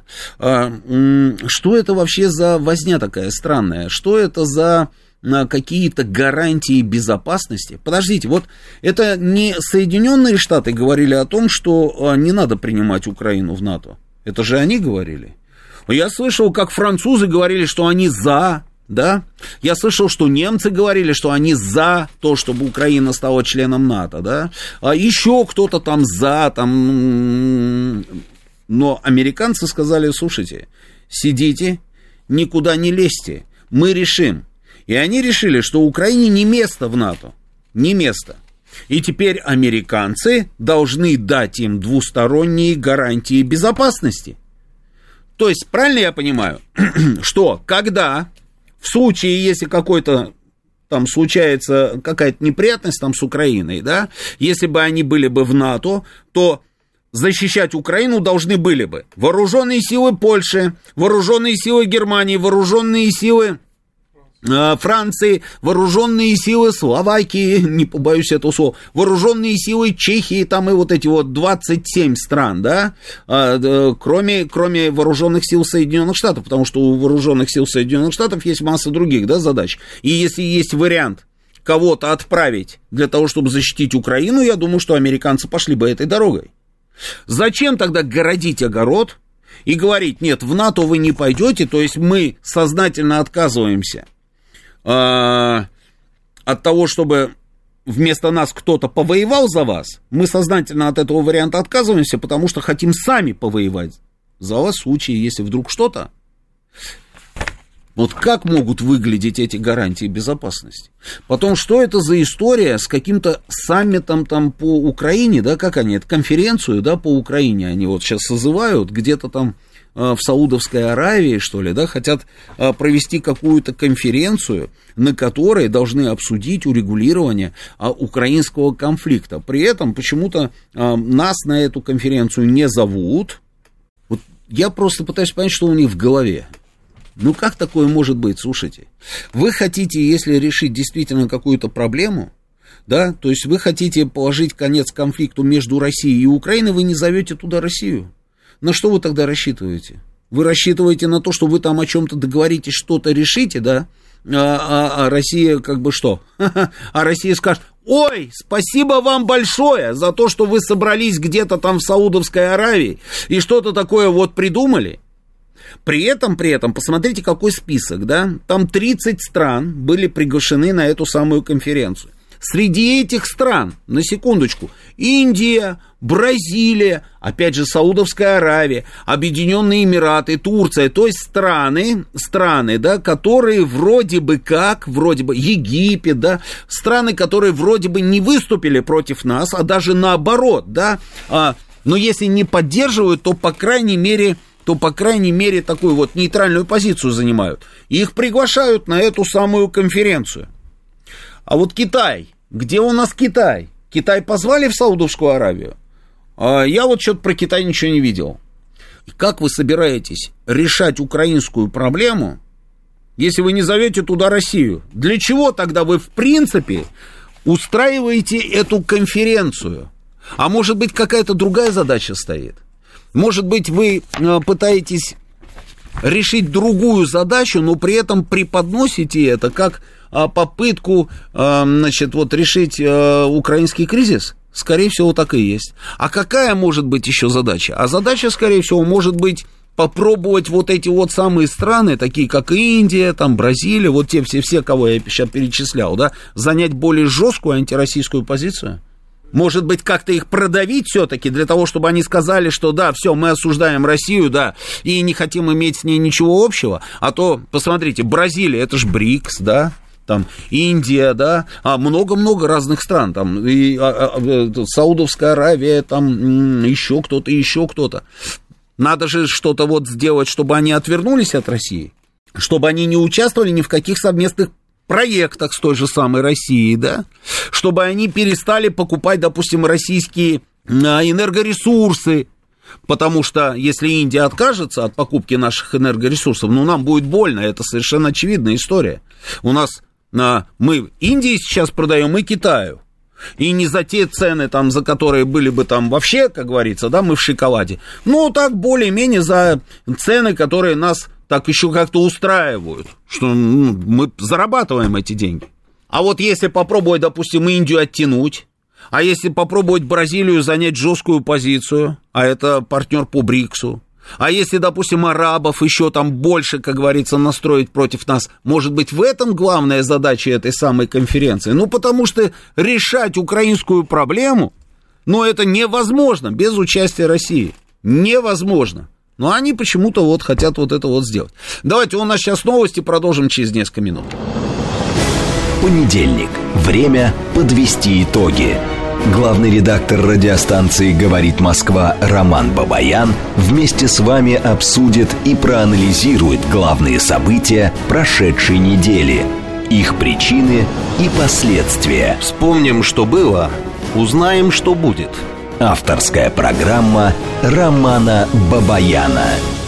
[SPEAKER 2] что это вообще за возня такая странная? Что это за какие-то гарантии безопасности? Подождите, вот это не Соединенные Штаты говорили о том, что не надо принимать Украину в НАТО? Это же они говорили. Я слышал, как французы говорили, что они за... Да, я слышал, что немцы говорили, что они за то, чтобы Украина стала членом НАТО, да, а еще кто-то там за, там, но американцы сказали, слушайте, сидите, никуда не лезьте, мы решим. И они решили, что Украине не место в НАТО, не место. И теперь американцы должны дать им двусторонние гарантии безопасности. То есть, правильно я понимаю, что когда... В случае, если какой-то там случается какая-то неприятность там с Украиной, да, если бы они были бы в НАТО, то защищать Украину должны были бы вооруженные силы Польши, вооруженные силы Германии, вооруженные силы Франции, вооруженные силы Словакии, не побоюсь этого слова, вооруженные силы Чехии, там и вот эти вот 27 стран, да, кроме вооруженных сил Соединенных Штатов, потому что у вооруженных сил Соединенных Штатов есть масса других, да, задач. И если есть вариант кого-то отправить для того, чтобы защитить Украину, я думаю, что американцы пошли бы этой дорогой. Зачем тогда городить огород и говорить, нет, в НАТО вы не пойдете, то есть мы сознательно отказываемся от того, чтобы вместо нас кто-то повоевал за вас, мы сознательно от этого варианта отказываемся, потому что хотим сами повоевать за вас в случае, если вдруг что-то. Вот как могут выглядеть эти гарантии безопасности? Потом, что это за история с каким-то саммитом там по Украине, да, как они, это конференцию, да, по Украине они вот сейчас созывают, где-то там в Саудовской Аравии, что ли, да, хотят провести какую-то конференцию, на которой должны обсудить урегулирование украинского конфликта. При этом почему-то нас на эту конференцию не зовут. Вот я просто пытаюсь понять, что у них в голове. Ну, как такое может быть? Слушайте, вы хотите, если решить действительно какую-то проблему, да, то есть вы хотите положить конец конфликту между Россией и Украиной, вы не зовете туда Россию. На что вы тогда рассчитываете? Вы рассчитываете на то, что вы там о чем-то договоритесь, что-то решите, да, а Россия как бы что? А Россия скажет: ой, спасибо вам большое за то, что вы собрались где-то там в Саудовской Аравии и что-то такое вот придумали. При этом, посмотрите, какой список, да, там 30 стран были приглашены на эту самую конференцию. Среди этих стран, на секундочку, Индия, Бразилия, опять же, Саудовская Аравия, Объединенные Эмираты, Турция, то есть страны, да, которые вроде бы Египет, да, страны, которые вроде бы не выступили против нас, а даже наоборот, да, но если не поддерживают, то, по крайней мере, такую вот нейтральную позицию занимают. И их приглашают на эту самую конференцию. А вот Китай, где у нас Китай? Китай позвали в Саудовскую Аравию? Я вот что-то про Китай ничего не видел. Как вы собираетесь решать украинскую проблему, если вы не зовете туда Россию? Для чего тогда вы, в принципе, устраиваете эту конференцию? А может быть, какая-то другая задача стоит? Может быть, вы пытаетесь решить другую задачу, но при этом преподносите это как попытку, значит, вот решить украинский кризис? Скорее всего, так и есть. А какая может быть еще задача? А задача, скорее всего, может быть попробовать вот эти вот самые страны, такие как Индия, там, Бразилия, вот те все, кого я сейчас перечислял, да, занять более жесткую антироссийскую позицию? Может быть, как-то их продавить все-таки для того, чтобы они сказали, что да, все, мы осуждаем Россию, да, и не хотим иметь с ней ничего общего. А то, посмотрите, Бразилия, это же БРИКС, да, там Индия, да, много-много разных стран, там и Саудовская Аравия, там еще кто-то. Надо же что-то вот сделать, чтобы они отвернулись от России, чтобы они не участвовали ни в каких совместных проектах с той же самой Россией, да, чтобы они перестали покупать, допустим, российские энергоресурсы, потому что если Индия откажется от покупки наших энергоресурсов, ну, нам будет больно, это совершенно очевидная история. У нас, мы Индии сейчас продаем и Китаю, и не за те цены, там, за которые были бы там вообще, как говорится, да, мы в шоколаде, ну, так более-менее за цены, которые нас так еще как-то устраивают, что мы зарабатываем эти деньги. А вот если попробовать, допустим, Индию оттянуть, а если попробовать Бразилию занять жесткую позицию, а это партнер по БРИКСу, а если, допустим, арабов еще там больше, как говорится, настроить против нас, может быть, в этом главная задача этой самой конференции? Ну, потому что решать украинскую проблему, ну, это невозможно без участия России. Невозможно. Но они почему-то вот хотят вот это вот сделать. Давайте, у нас сейчас новости, продолжим через несколько минут.
[SPEAKER 1] Понедельник. Время подвести итоги. Главный редактор радиостанции «Говорит Москва» Роман Бабаян вместе с вами обсудит и проанализирует главные события прошедшей недели, их причины и последствия.
[SPEAKER 2] Вспомним, что было, узнаем, что будет.
[SPEAKER 1] Авторская программа Романа Бабаяна.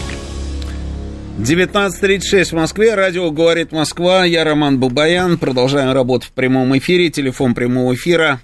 [SPEAKER 2] 19:36 в Москве, радио «Говорит Москва», я Роман Бабаян, продолжаем работать в прямом эфире, телефон прямого эфира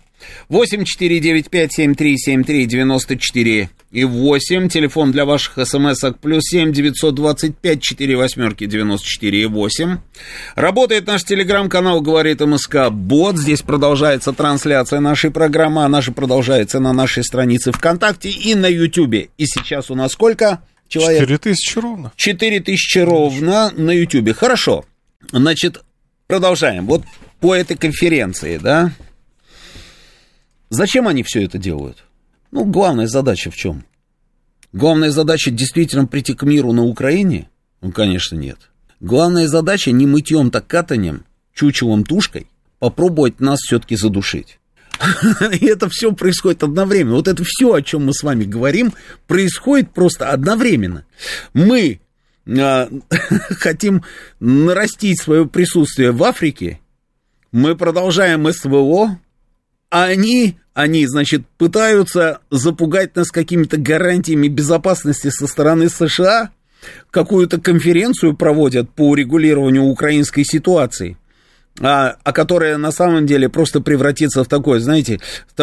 [SPEAKER 2] 8495-7373-94 и 8, телефон для ваших смс-ок +7 925 48 94 и 8. Работает наш телеграм-канал «Говорит МСК Бот», здесь продолжается трансляция нашей программы, она же продолжается на нашей странице ВКонтакте и на Ютубе. И сейчас у нас сколько человек?
[SPEAKER 3] 4000 ровно.
[SPEAKER 2] 4000 ровно на Ютубе. Хорошо, значит, продолжаем. Вот по этой конференции, да? Зачем они все это делают? Ну, главная задача в чем? Главная задача действительно прийти к миру на Украине? Ну, конечно, нет. Главная задача не мытьем, так катанием, чучелом, тушкой попробовать нас все-таки задушить. И это все происходит одновременно. Вот это все, о чем мы с вами говорим, происходит просто одновременно. Мы хотим нарастить свое присутствие в Африке, мы продолжаем СВО, а они Они, значит, пытаются запугать нас какими-то гарантиями безопасности со стороны США, какую-то конференцию проводят по урегулированию украинской ситуации, а которая на самом деле просто превратится в такое, знаете, в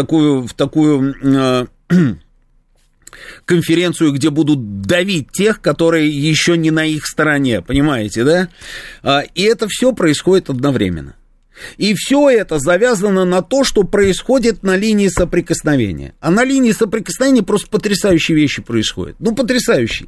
[SPEAKER 2] такую конференцию, где будут давить тех, которые еще не на их стороне, понимаете, да? И это все происходит одновременно. И все это завязано на то, что происходит на линии соприкосновения. А на линии соприкосновения просто потрясающие вещи происходят. Ну, потрясающие.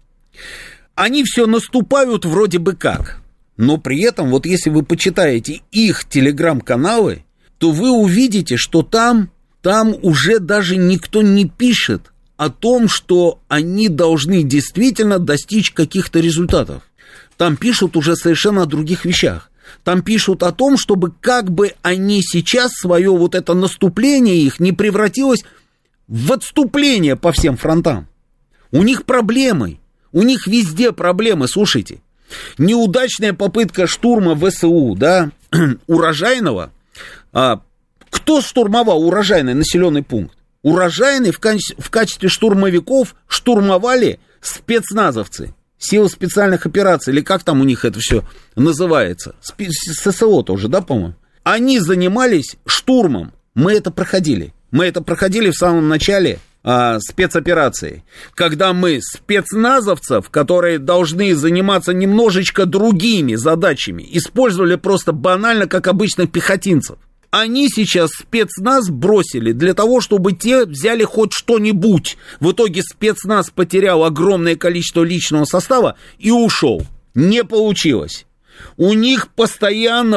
[SPEAKER 2] Они все наступают вроде бы как. Но при этом, вот если вы почитаете их телеграм-каналы, то вы увидите, что там уже даже никто не пишет о том, что они должны действительно достичь каких-то результатов. Там пишут уже совершенно о других вещах. Там пишут о том, чтобы как бы они сейчас свое вот это наступление их не превратилось в отступление по всем фронтам. У них проблемы. У них везде проблемы, слушайте. Неудачная попытка штурма ВСУ, да, Урожайного. Кто штурмовал Урожайный населенный пункт? Урожайный в качестве штурмовиков штурмовали спецназовцы. Силы специальных операций, или как там у них это все называется. ССО тоже, да, по-моему? Они занимались штурмом. Мы это проходили. Мы это проходили в самом начале спецоперации. Когда мы спецназовцев, которые должны заниматься немножечко другими задачами, использовали просто банально, как обычных пехотинцев. Они сейчас спецназ бросили для того, чтобы те взяли хоть что-нибудь. В итоге спецназ потерял огромное количество личного состава и ушел. Не получилось. У них постоянно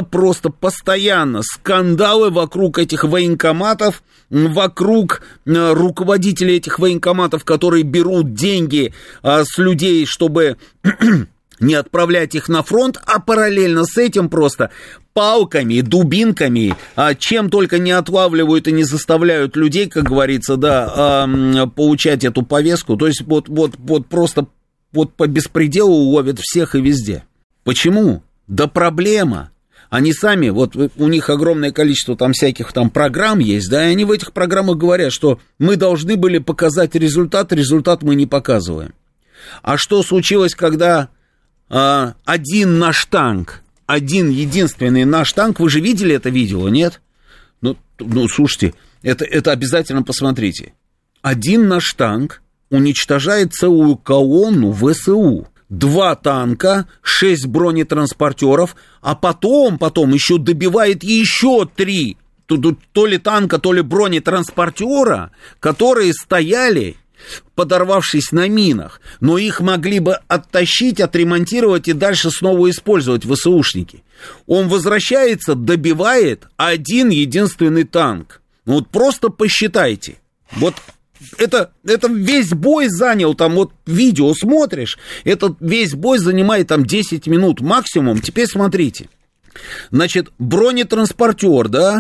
[SPEAKER 2] скандалы вокруг этих военкоматов, вокруг руководителей этих военкоматов, которые берут деньги с людей, чтобы не отправлять их на фронт, а параллельно с этим просто палками, дубинками, чем только не отлавливают и не заставляют людей, как говорится, да, получать эту повестку. То есть вот просто вот по беспределу ловят всех и везде. Почему? Да проблема. Они сами, вот у них огромное количество там всяких там программ есть, да, и они в этих программах говорят, что мы должны были показать результат мы не показываем. А что случилось, когда один единственный наш танк, вы же видели это видео, нет? Ну слушайте, это обязательно посмотрите. Один наш танк уничтожает целую колонну ВСУ. 2 танка, 6 бронетранспортеров, а потом еще добивает еще 3, то ли танка, то ли бронетранспортера, которые стояли, подорвавшись на минах, но их могли бы оттащить, отремонтировать и дальше снова использовать ВСУшники. Он возвращается, добивает один единственный танк. Ну вот просто посчитайте. Вот это весь бой занял, там вот видео смотришь, этот весь бой занимает там 10 минут максимум. Теперь смотрите. Значит, бронетранспортер, да,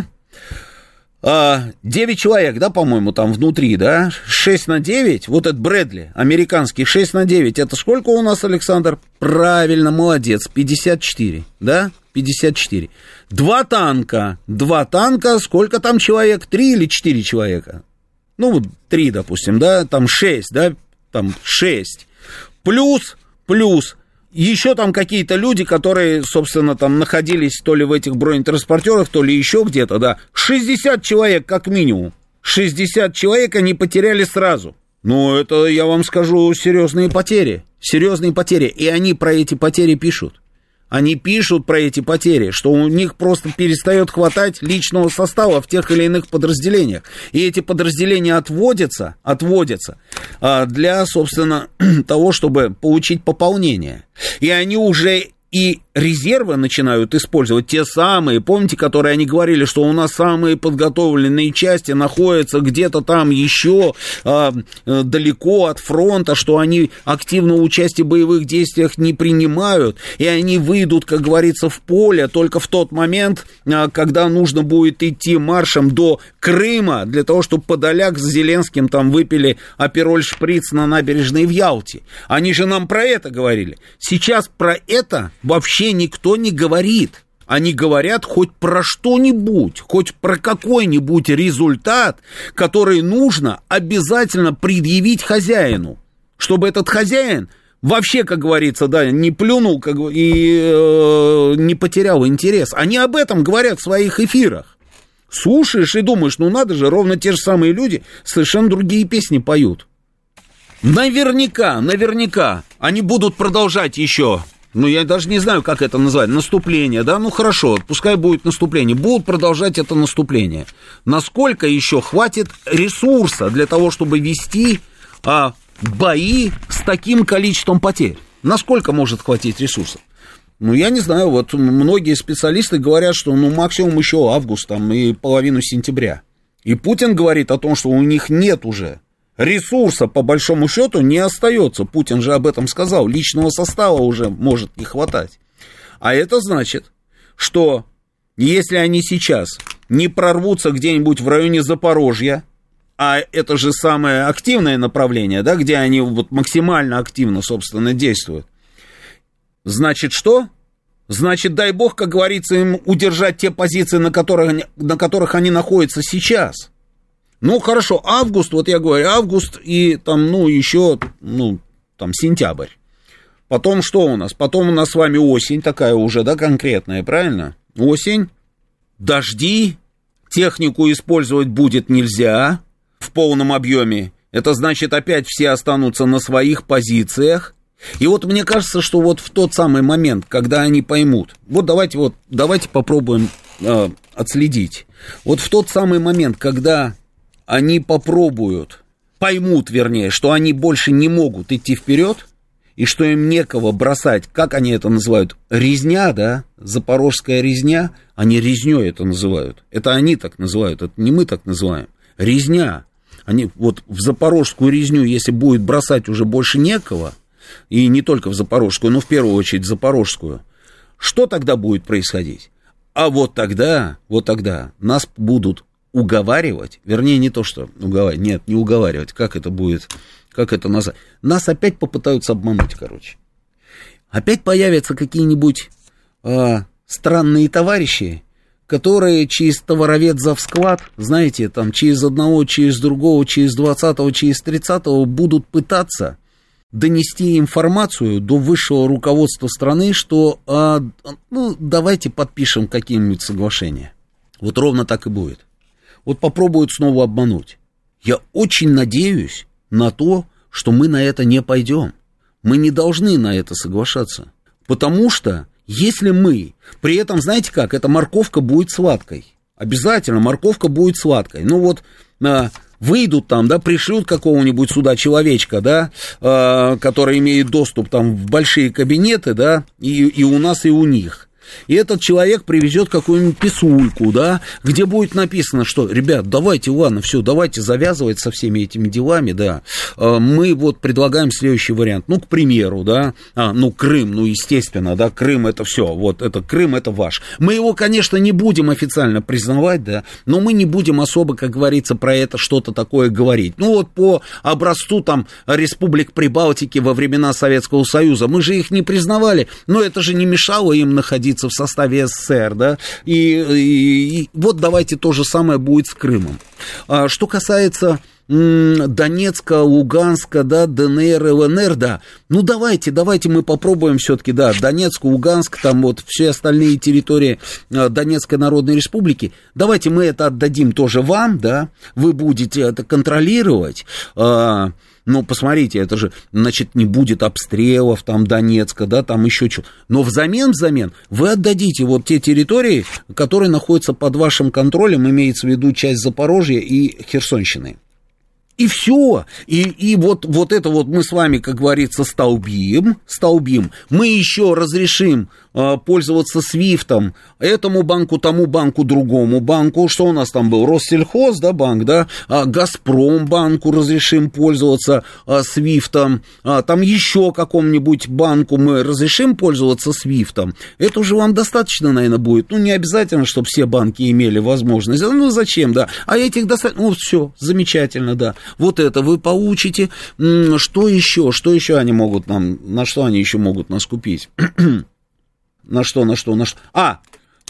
[SPEAKER 2] 9 человек, да, по-моему, там внутри, да, 6 на 9, вот этот Брэдли, американский, 6 на 9, это сколько у нас, Александр? Правильно, молодец, 54, да, 54. 2 танка, сколько там человек, 3 или 4 человека? Ну, 3, допустим, да, там 6, да, там 6. Плюс еще там какие-то люди, которые, собственно, там находились то ли в этих бронетранспортерах, то ли еще где-то, да. 60 человек как минимум. 60 человек они потеряли сразу. Ну, это, я вам скажу, серьезные потери. И они про эти потери пишут. Они пишут про эти потери, что у них просто перестает хватать личного состава в тех или иных подразделениях. И эти подразделения отводятся для, собственно, того, чтобы получить пополнение. И они уже и резервы начинают использовать, те самые, помните, которые они говорили, что у нас самые подготовленные части находятся где-то там еще далеко от фронта, что они активного участия в боевых действиях не принимают, и они выйдут, как говорится, в поле только в тот момент, когда нужно будет идти маршем до Крыма, для того, чтобы Подоляк с Зеленским там выпили апероль-шприц на набережной в Ялте. Они же нам про это говорили. Сейчас про это вообще никто не говорит. они говорят хоть про что-нибудь, хоть про какой-нибудь результат, который нужно обязательно предъявить хозяину, чтобы этот хозяин вообще, как говорится, да, не плюнул и не потерял интерес. Они об этом говорят в своих эфирах. Слушаешь и думаешь, ну надо же, ровно те же самые люди совершенно другие песни поют. Наверняка они будут продолжать еще. Ну, я даже не знаю, как это назвать, наступление, да, ну, хорошо, пускай будет наступление, будут продолжать это наступление. Насколько еще хватит ресурса для того, чтобы вести бои с таким количеством потерь? Насколько может хватить ресурсов? Ну, я не знаю, вот многие специалисты говорят, что, ну, максимум еще август, там, и половину сентября. И Путин говорит о том, что у них нет уже ресурса, по большому счету, не остается. Путин же об этом сказал. Личного состава уже может не хватать. А это значит, что если они сейчас не прорвутся где-нибудь в районе Запорожья, а это же самое активное направление, да, где они вот максимально активно, собственно, действуют, значит, что? Значит, дай бог, как говорится, им удержать те позиции, на которых они находятся сейчас. Ну, хорошо, август, вот я говорю, август и там, ну, еще, ну, там, сентябрь. Потом что у нас? Потом у нас с вами осень такая уже, да, конкретная, правильно? Осень, дожди, технику использовать будет нельзя в полном объеме. Это значит, опять все останутся на своих позициях. И вот мне кажется, что вот в тот самый момент, когда они поймут, давайте попробуем отследить. Вот в тот самый момент, когда они поймут, вернее, что они больше не могут идти вперед, и что им некого бросать, как они это называют, резня, да, запорожская резня, они резнёй это называют. Это они так называют, это не мы так называем. Резня. Они вот в запорожскую резню, если будет бросать уже больше некого, и не только в запорожскую, но в первую очередь в запорожскую, что тогда будет происходить? А вот тогда нас будут уговаривать, вернее, не то, что уговаривать, нет, не уговаривать, как это назвать? Нас опять попытаются обмануть, короче. Опять появятся какие-нибудь странные товарищи, которые через товаровед-завсклад, знаете, там, через одного, через другого, через 20-го, через 30-го будут пытаться донести информацию до высшего руководства страны, что, давайте подпишем какие-нибудь соглашения. Вот ровно так и будет. Вот попробуют снова обмануть. Я очень надеюсь на то, что мы на это не пойдем. Мы не должны на это соглашаться. Потому что, если мы... При этом, знаете как, эта морковка будет сладкой. Обязательно морковка будет сладкой. Ну вот, выйдут там, да, пришлют какого-нибудь сюда человечка, да, который имеет доступ там в большие кабинеты, да, и у нас, и у них. И этот человек привезет какую-нибудь писульку, да, где будет написано, что, ребят, давайте, ладно, все, давайте завязывать со всеми этими делами, да, мы вот предлагаем следующий вариант, ну, к примеру, да, Крым, ну, естественно, да, Крым это все, вот, это Крым, это ваш. Мы его, конечно, не будем официально признавать, да, но мы не будем особо, как говорится, про это что-то такое говорить. Ну, вот по образцу, там, республик Прибалтики во времена Советского Союза, мы же их не признавали, но это же не мешало им находиться в составе СССР, да, и вот давайте то же самое будет с Крымом. Что касается Донецка, Луганска, да, ДНР, ЛНР, да, ну давайте мы попробуем все-таки, да, Донецк, Луганск, там вот все остальные территории Донецкой Народной Республики, давайте мы это отдадим тоже вам, да, вы будете это контролировать. Ну, посмотрите, это же, значит, не будет обстрелов там Донецка, да, там еще что-то. Но взамен вы отдадите вот те территории, которые находятся под вашим контролем, имеется в виду часть Запорожья и Херсонщины. И все. И вот это вот мы с вами, как говорится, столбим. Мы еще разрешим пользоваться свифтом этому банку, тому банку, другому банку. Что у нас там был? Россельхоз, да, банк, да? Газпром банку разрешим пользоваться свифтом. Там еще какому-нибудь банку мы разрешим пользоваться свифтом. Это уже вам достаточно, наверное, будет. Ну, не обязательно, чтобы все банки имели возможность. Ну, зачем, да? А этих достаточно... Ну, все, замечательно, да. Вот это вы получите. Что еще они могут нам... На что они еще могут нас купить? На что?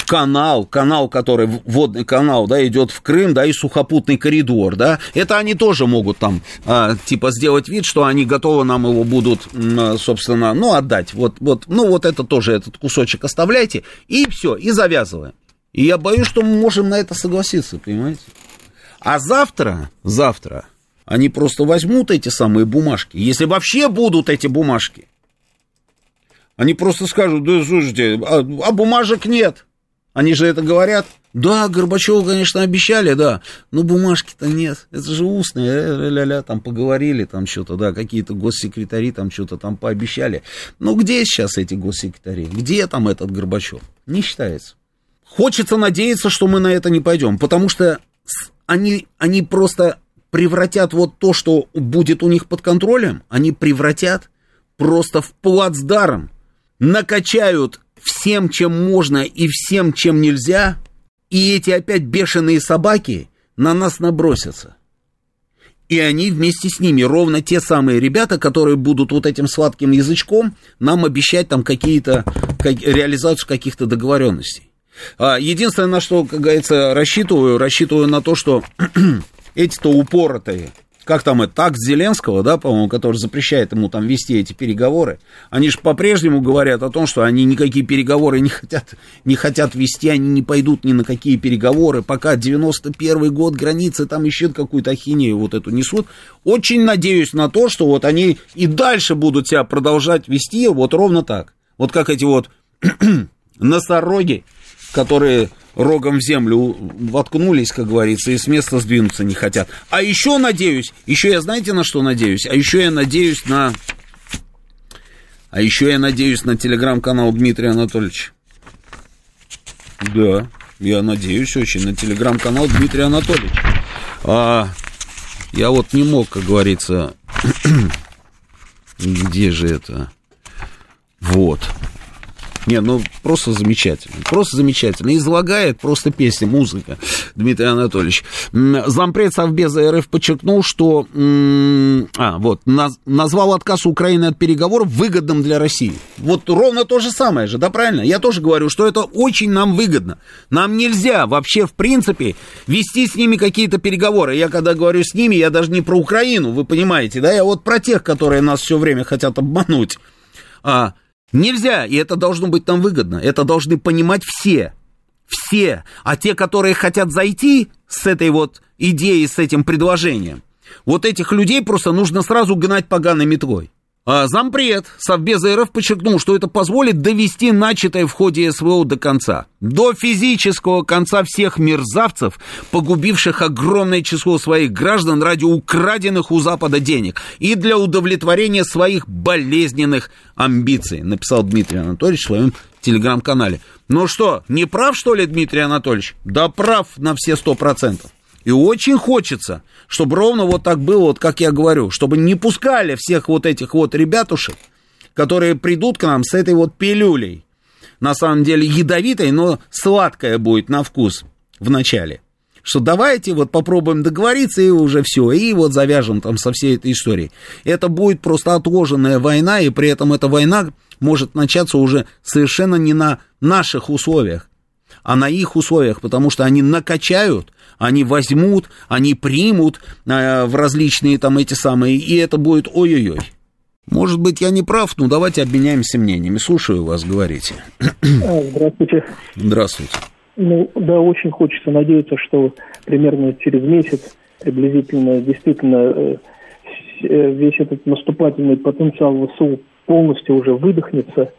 [SPEAKER 2] канал, который, водный канал, да, идет в Крым, да, и сухопутный коридор, да, это они тоже могут там, типа, сделать вид, что они готовы нам его будут, собственно, ну, отдать. Вот это тоже, этот кусочек оставляйте, и все, и завязываем. И я боюсь, что мы можем на это согласиться, понимаете? А завтра они просто возьмут эти самые бумажки, если вообще будут эти бумажки. Они просто скажут: да, слушайте, а бумажек нет. Они же это говорят. Да, Горбачеву, конечно, обещали, да, но бумажки-то нет. Это же устные, там поговорили, там что-то, да, какие-то госсекретари там что-то там пообещали. Ну, где сейчас эти госсекретари? Где там этот Горбачев? Не считается. Хочется надеяться, что мы на это не пойдем, потому что они просто превратят вот то, что будет у них под контролем, они превратят просто в плацдарм, накачают всем, чем можно и всем, чем нельзя, и эти опять бешеные собаки на нас набросятся. И они вместе с ними, ровно те самые ребята, которые будут вот этим сладким язычком нам обещать там реализацию каких-то договоренностей. Единственное, на что, как говорится, рассчитываю на то, что эти-то упоротые, как там это, такс Зеленского, да, по-моему, который запрещает ему там вести эти переговоры, они же по-прежнему говорят о том, что они никакие переговоры не хотят вести, они не пойдут ни на какие переговоры, пока 91-й год, границы там еще какую-то ахинею вот эту несут. Очень надеюсь на то, что вот они и дальше будут себя продолжать вести вот ровно так. Вот как эти вот носороги, которые рогом в землю воткнулись, как говорится, и с места сдвинуться не хотят. А еще надеюсь, я знаете, на что надеюсь? А еще я надеюсь на телеграм-канал Дмитрия Анатольевича. Да, я надеюсь очень на телеграм-канал Дмитрия Анатольевича. Я вот не мог, как говорится, где же это? Вот. Не, ну просто замечательно. Излагает просто песня, музыка, Дмитрий Анатольевич. Зампред Совбеза РФ подчеркнул, что назвал отказ Украины от переговоров выгодным для России. Вот ровно то же самое же, да, правильно? Я тоже говорю, что это очень нам выгодно. Нам нельзя вообще, в принципе, вести с ними какие-то переговоры. Я когда говорю с ними, я даже не про Украину, вы понимаете, да? Я вот про тех, которые нас все время хотят обмануть. Нельзя, и это должно быть нам выгодно. Это должны понимать все. Все. А те, которые хотят зайти с этой вот идеей, с этим предложением, вот этих людей просто нужно сразу гнать поганой метлой. Зампред Совбеза РФ подчеркнул, что это позволит довести начатое в ходе СВО до конца. До физического конца всех мерзавцев, погубивших огромное число своих граждан ради украденных у Запада денег и для удовлетворения своих болезненных амбиций, написал Дмитрий Анатольевич в своем телеграм-канале. Ну что, не прав, что ли, Дмитрий Анатольевич? Да прав на все 100%. И очень хочется, чтобы ровно вот так было, вот как я говорю, чтобы не пускали всех вот этих вот ребятушек, которые придут к нам с этой вот пилюлей. На самом деле ядовитой, но сладкая будет на вкус в начале. Что давайте вот попробуем договориться и уже все, и вот завяжем там со всей этой историей. Это будет просто отложенная война, и при этом эта война может начаться уже совершенно не на наших условиях, а на их условиях, потому что они накачают, они возьмут, они примут в различные там эти самые, и это будет ой-ой-ой. Может быть, я не прав, но давайте обменяемся мнениями. Слушаю вас, говорите.
[SPEAKER 10] Здравствуйте.
[SPEAKER 2] Здравствуйте.
[SPEAKER 10] Ну, да, очень хочется надеяться, что примерно через месяц приблизительно действительно весь этот наступательный потенциал ВСУ полностью уже выдохнется,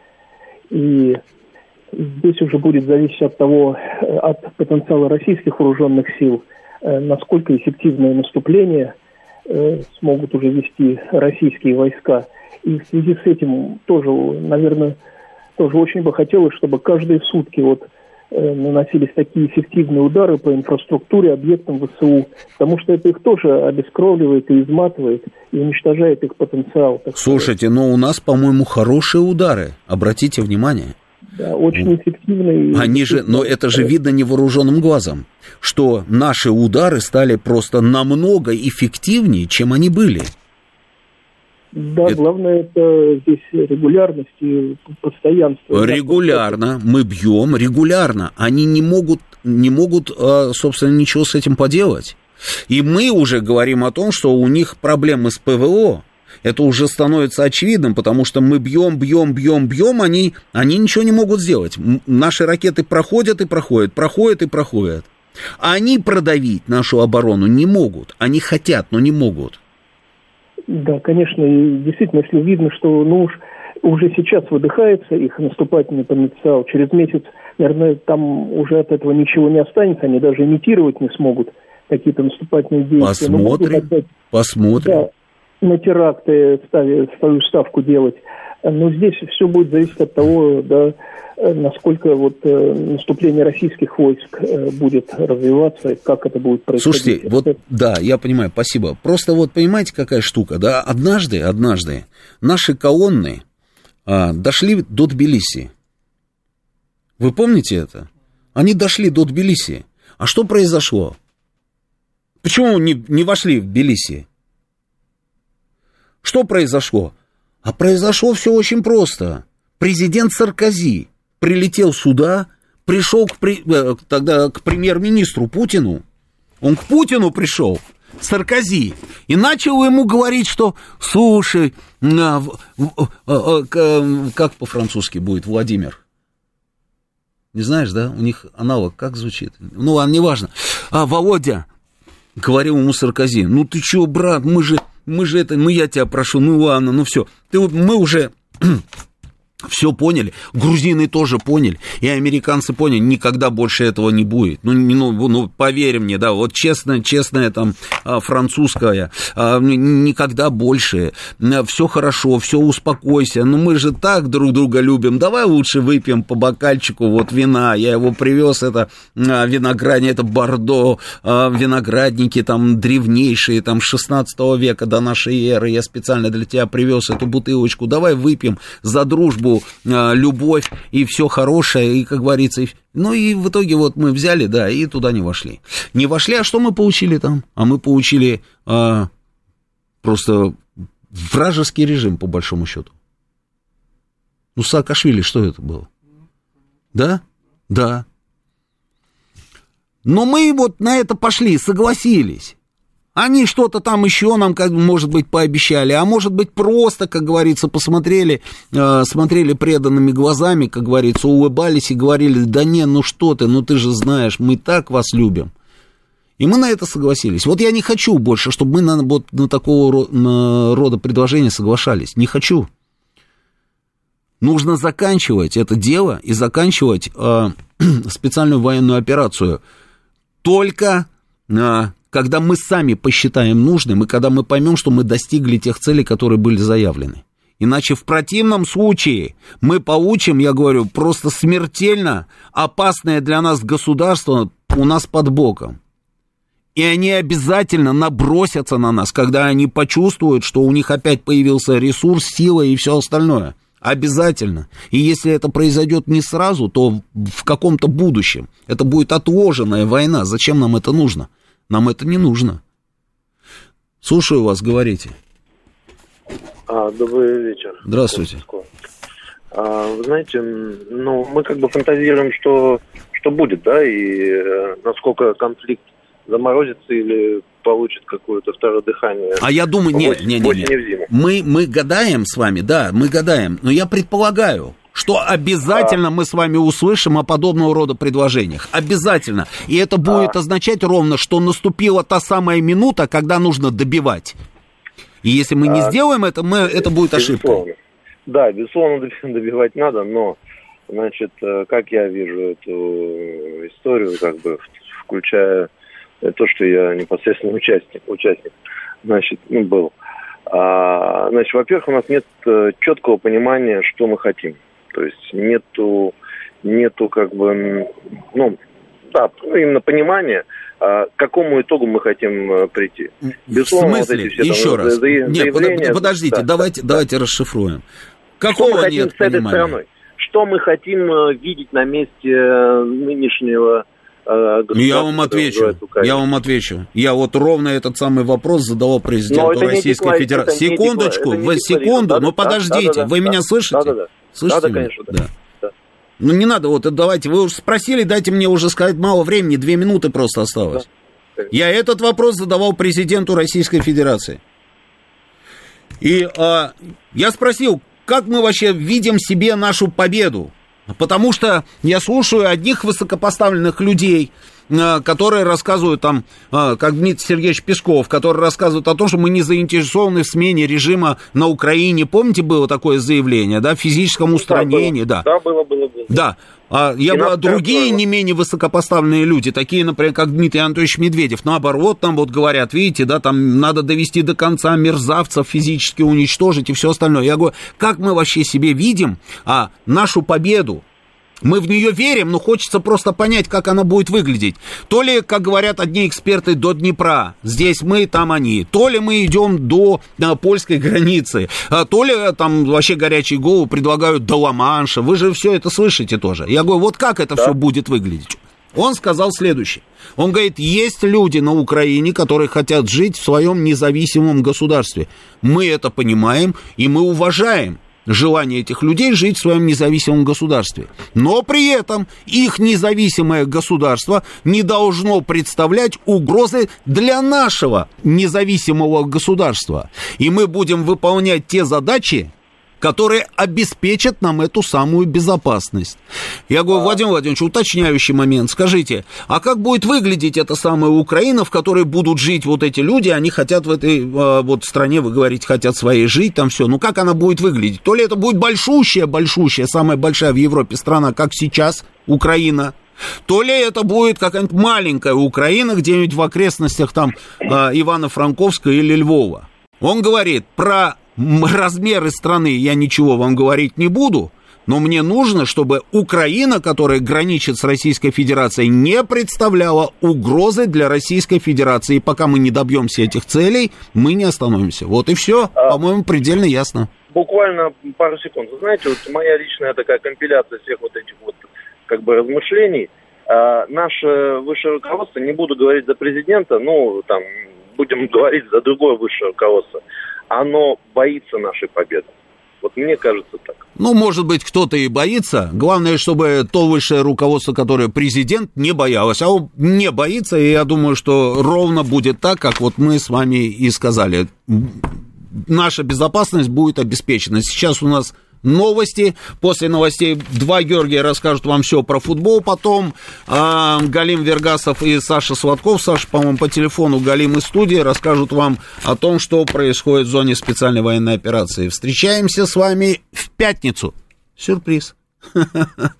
[SPEAKER 10] и здесь уже будет зависеть от потенциала российских вооруженных сил, насколько эффективное наступление смогут уже вести российские войска. И в связи с этим тоже, наверное, очень бы хотелось, чтобы каждые сутки наносились такие эффективные удары по инфраструктуре, объектам ВСУ, потому что это их тоже обескровливает и изматывает, и уничтожает их потенциал.
[SPEAKER 2] Слушайте, но у нас, по-моему, хорошие удары, обратите внимание.
[SPEAKER 10] Да, очень эффективные.
[SPEAKER 2] Но это же видно невооруженным глазом, что наши удары стали просто намного эффективнее, чем они были.
[SPEAKER 10] Да, главное это здесь регулярность и постоянство.
[SPEAKER 2] Регулярно, мы бьем регулярно. Они не могут, собственно, ничего с этим поделать. И мы уже говорим о том, что у них проблемы с ПВО. Это уже становится очевидным, потому что мы бьем, они ничего не могут сделать. Наши ракеты проходят и проходят. А они продавить нашу оборону не могут. Они хотят, но не могут.
[SPEAKER 10] Да, конечно, и действительно, если видно, что уже сейчас выдыхается их наступательный потенциал, через месяц, наверное, там уже от этого ничего не останется, они даже имитировать не смогут какие-то наступательные действия.
[SPEAKER 2] Посмотрим.
[SPEAKER 10] Да, на теракты свою ставку делать. Но здесь все будет зависеть от того, да, насколько наступление российских войск будет развиваться, как это будет происходить.
[SPEAKER 2] Слушайте, да, я понимаю, спасибо. Просто понимаете, какая штука, да? Однажды наши колонны дошли до Тбилиси. Вы помните это? Они дошли до Тбилиси. А что произошло? Почему не вошли в Тбилиси? Что произошло? А произошло все очень просто. Президент Саркози прилетел сюда, пришел тогда к премьер-министру Путину. Он к Путину пришел, Саркози, и начал ему говорить, что, слушай, как по-французски будет Владимир? Не знаешь, да? У них аналог как звучит? Ну, ладно, неважно. Володя, говорил ему Саркози, ну ты чё, брат, мы же я тебя прошу, ну ладно, все. Мы уже все поняли, грузины тоже поняли, и американцы поняли, никогда больше этого не будет. Ну поверь мне, да, честная там французская, никогда больше, все хорошо, все, успокойся, мы же так друг друга любим, давай лучше выпьем по бокальчику вина, я его привез, это виноградник, это Бордо, виноградники там древнейшие, там 16 века до нашей эры, я специально для тебя привез эту бутылочку, давай выпьем за дружбу, любовь и все хорошее, и, как говорится, ну и в итоге мы взяли, да, и туда не вошли. Не вошли, а что мы получили там? А мы получили просто вражеский режим, по большому счету. Ну, Саакашвили, что это было? Да? Да. Но мы на это пошли, согласились. Они что-то там еще нам, может быть, пообещали, а может быть, просто, как говорится, посмотрели, смотрели преданными глазами, как говорится, улыбались и говорили, да не, ну что ты, ну ты же знаешь, мы так вас любим. И мы на это согласились. Я не хочу больше, чтобы мы на такого рода предложения соглашались. Не хочу. Нужно заканчивать это дело и заканчивать специальную военную операцию только когда мы сами посчитаем нужным, и когда мы поймем, что мы достигли тех целей, которые были заявлены. Иначе в противном случае мы получим, я говорю, просто смертельно опасное для нас государство у нас под боком. И они обязательно набросятся на нас, когда они почувствуют, что у них опять появился ресурс, сила и все остальное. Обязательно. И если это произойдет не сразу, то в каком-то будущем. Это будет отложенная война. Зачем нам это нужно? Нам это не нужно. Слушаю вас, говорите.
[SPEAKER 11] Добрый вечер.
[SPEAKER 2] Здравствуйте.
[SPEAKER 11] Вы знаете, мы как бы фантазируем, что будет, да, и насколько конфликт заморозится или получит какое-то второе дыхание.
[SPEAKER 2] А я думаю, нет. Мы гадаем с вами, да, мы гадаем, но я предполагаю, что обязательно мы с вами услышим о подобного рода предложениях. Обязательно. И это будет означать ровно, что наступила та самая минута, когда нужно добивать. И если мы не сделаем это, это будет ошибкой.
[SPEAKER 11] Да, безусловно, добивать надо, но, значит, как я вижу эту историю, как бы включая то, что я непосредственно участник, значит, был. Значит, во-первых, у нас нет четкого понимания, что мы хотим. То есть нету как бы, именно понимания, к какому итогу мы хотим прийти.
[SPEAKER 2] Безусловно, в смысле? Вот эти все, еще раз. Нет, подождите, давайте расшифруем.
[SPEAKER 11] Какого что мы хотим с этой стороной? Что мы хотим видеть на месте нынешнего
[SPEAKER 2] Я вам отвечу. Я вот ровно этот самый вопрос задавал президенту Российской Федерации. Секунду, но подождите, вы меня слышите? Слышите?
[SPEAKER 11] Да, конечно, да.
[SPEAKER 2] Ну, не надо, вот давайте, вы уже спросили, дайте мне уже сказать, мало времени, 2 минуты просто осталось. Да. Я этот вопрос задавал президенту Российской Федерации. И я спросил, как мы вообще видим себе нашу победу? Потому что я слушаю одних высокопоставленных людей, которые рассказывают там, как Дмитрий Сергеевич Песков, который рассказывает о том, что мы не заинтересованы в смене режима на Украине. Помните, было такое заявление, да, в физическом устранении, да.
[SPEAKER 11] Да, было.
[SPEAKER 2] Да. Другие не менее высокопоставленные люди, такие, например, как Дмитрий Анатольевич Медведев, наоборот, там вот говорят, видите, да, там надо довести до конца мерзавцев, физически уничтожить и все остальное. Я говорю, как мы вообще себе видим нашу победу? Мы в нее верим, но хочется просто понять, как она будет выглядеть. То ли, как говорят одни эксперты, до Днепра, здесь мы, там они. То ли мы идем до польской границы, то ли там вообще горячие головы предлагают до Ла-Манша. Вы же все это слышите тоже. Я говорю, вот как это все будет выглядеть? Он сказал следующее. Он говорит, есть люди на Украине, которые хотят жить в своем независимом государстве. Мы это понимаем и мы уважаем желание этих людей жить в своем независимом государстве. Но при этом их независимое государство не должно представлять угрозы для нашего независимого государства. И мы будем выполнять те задачи, которые обеспечат нам эту самую безопасность. Я говорю, Владимир Владимирович, уточняющий момент. Скажите, а как будет выглядеть эта самая Украина, в которой будут жить вот эти люди, они хотят в этой вот стране, вы говорите, хотят своей жить, там все. Ну, как она будет выглядеть? То ли это будет большущая, самая большая в Европе страна, как сейчас Украина, то ли это будет какая-нибудь маленькая Украина, где-нибудь в окрестностях там Ивано-Франковска или Львова. Он говорит, про размеры страны я ничего вам говорить не буду, но мне нужно, чтобы Украина, которая граничит с Российской Федерацией, не представляла угрозы для Российской Федерации. И пока мы не добьемся этих целей, мы не остановимся. Вот и все, по-моему, предельно ясно.
[SPEAKER 11] Буквально пару секунд. Вы знаете, вот моя личная такая компиляция всех вот этих вот как бы размышлений. Наше высшее руководство, не буду говорить за президента, ну, там, будем говорить за другое высшее руководство, оно боится нашей победы. Вот мне кажется так.
[SPEAKER 2] Ну, может быть, кто-то и боится. Главное, чтобы то высшее руководство, которое президент, не боялось. А он не боится, и я думаю, что ровно будет так, как вот мы с вами и сказали. Наша безопасность будет обеспечена. Сейчас у нас новости. После новостей 2 Георгия расскажут вам все про футбол. Потом Галим Вергасов и Саша Сладков. Саша, по-моему, по телефону, Галим из студии, расскажут вам о том, что происходит в зоне специальной военной операции. Встречаемся с вами в пятницу. Сюрприз.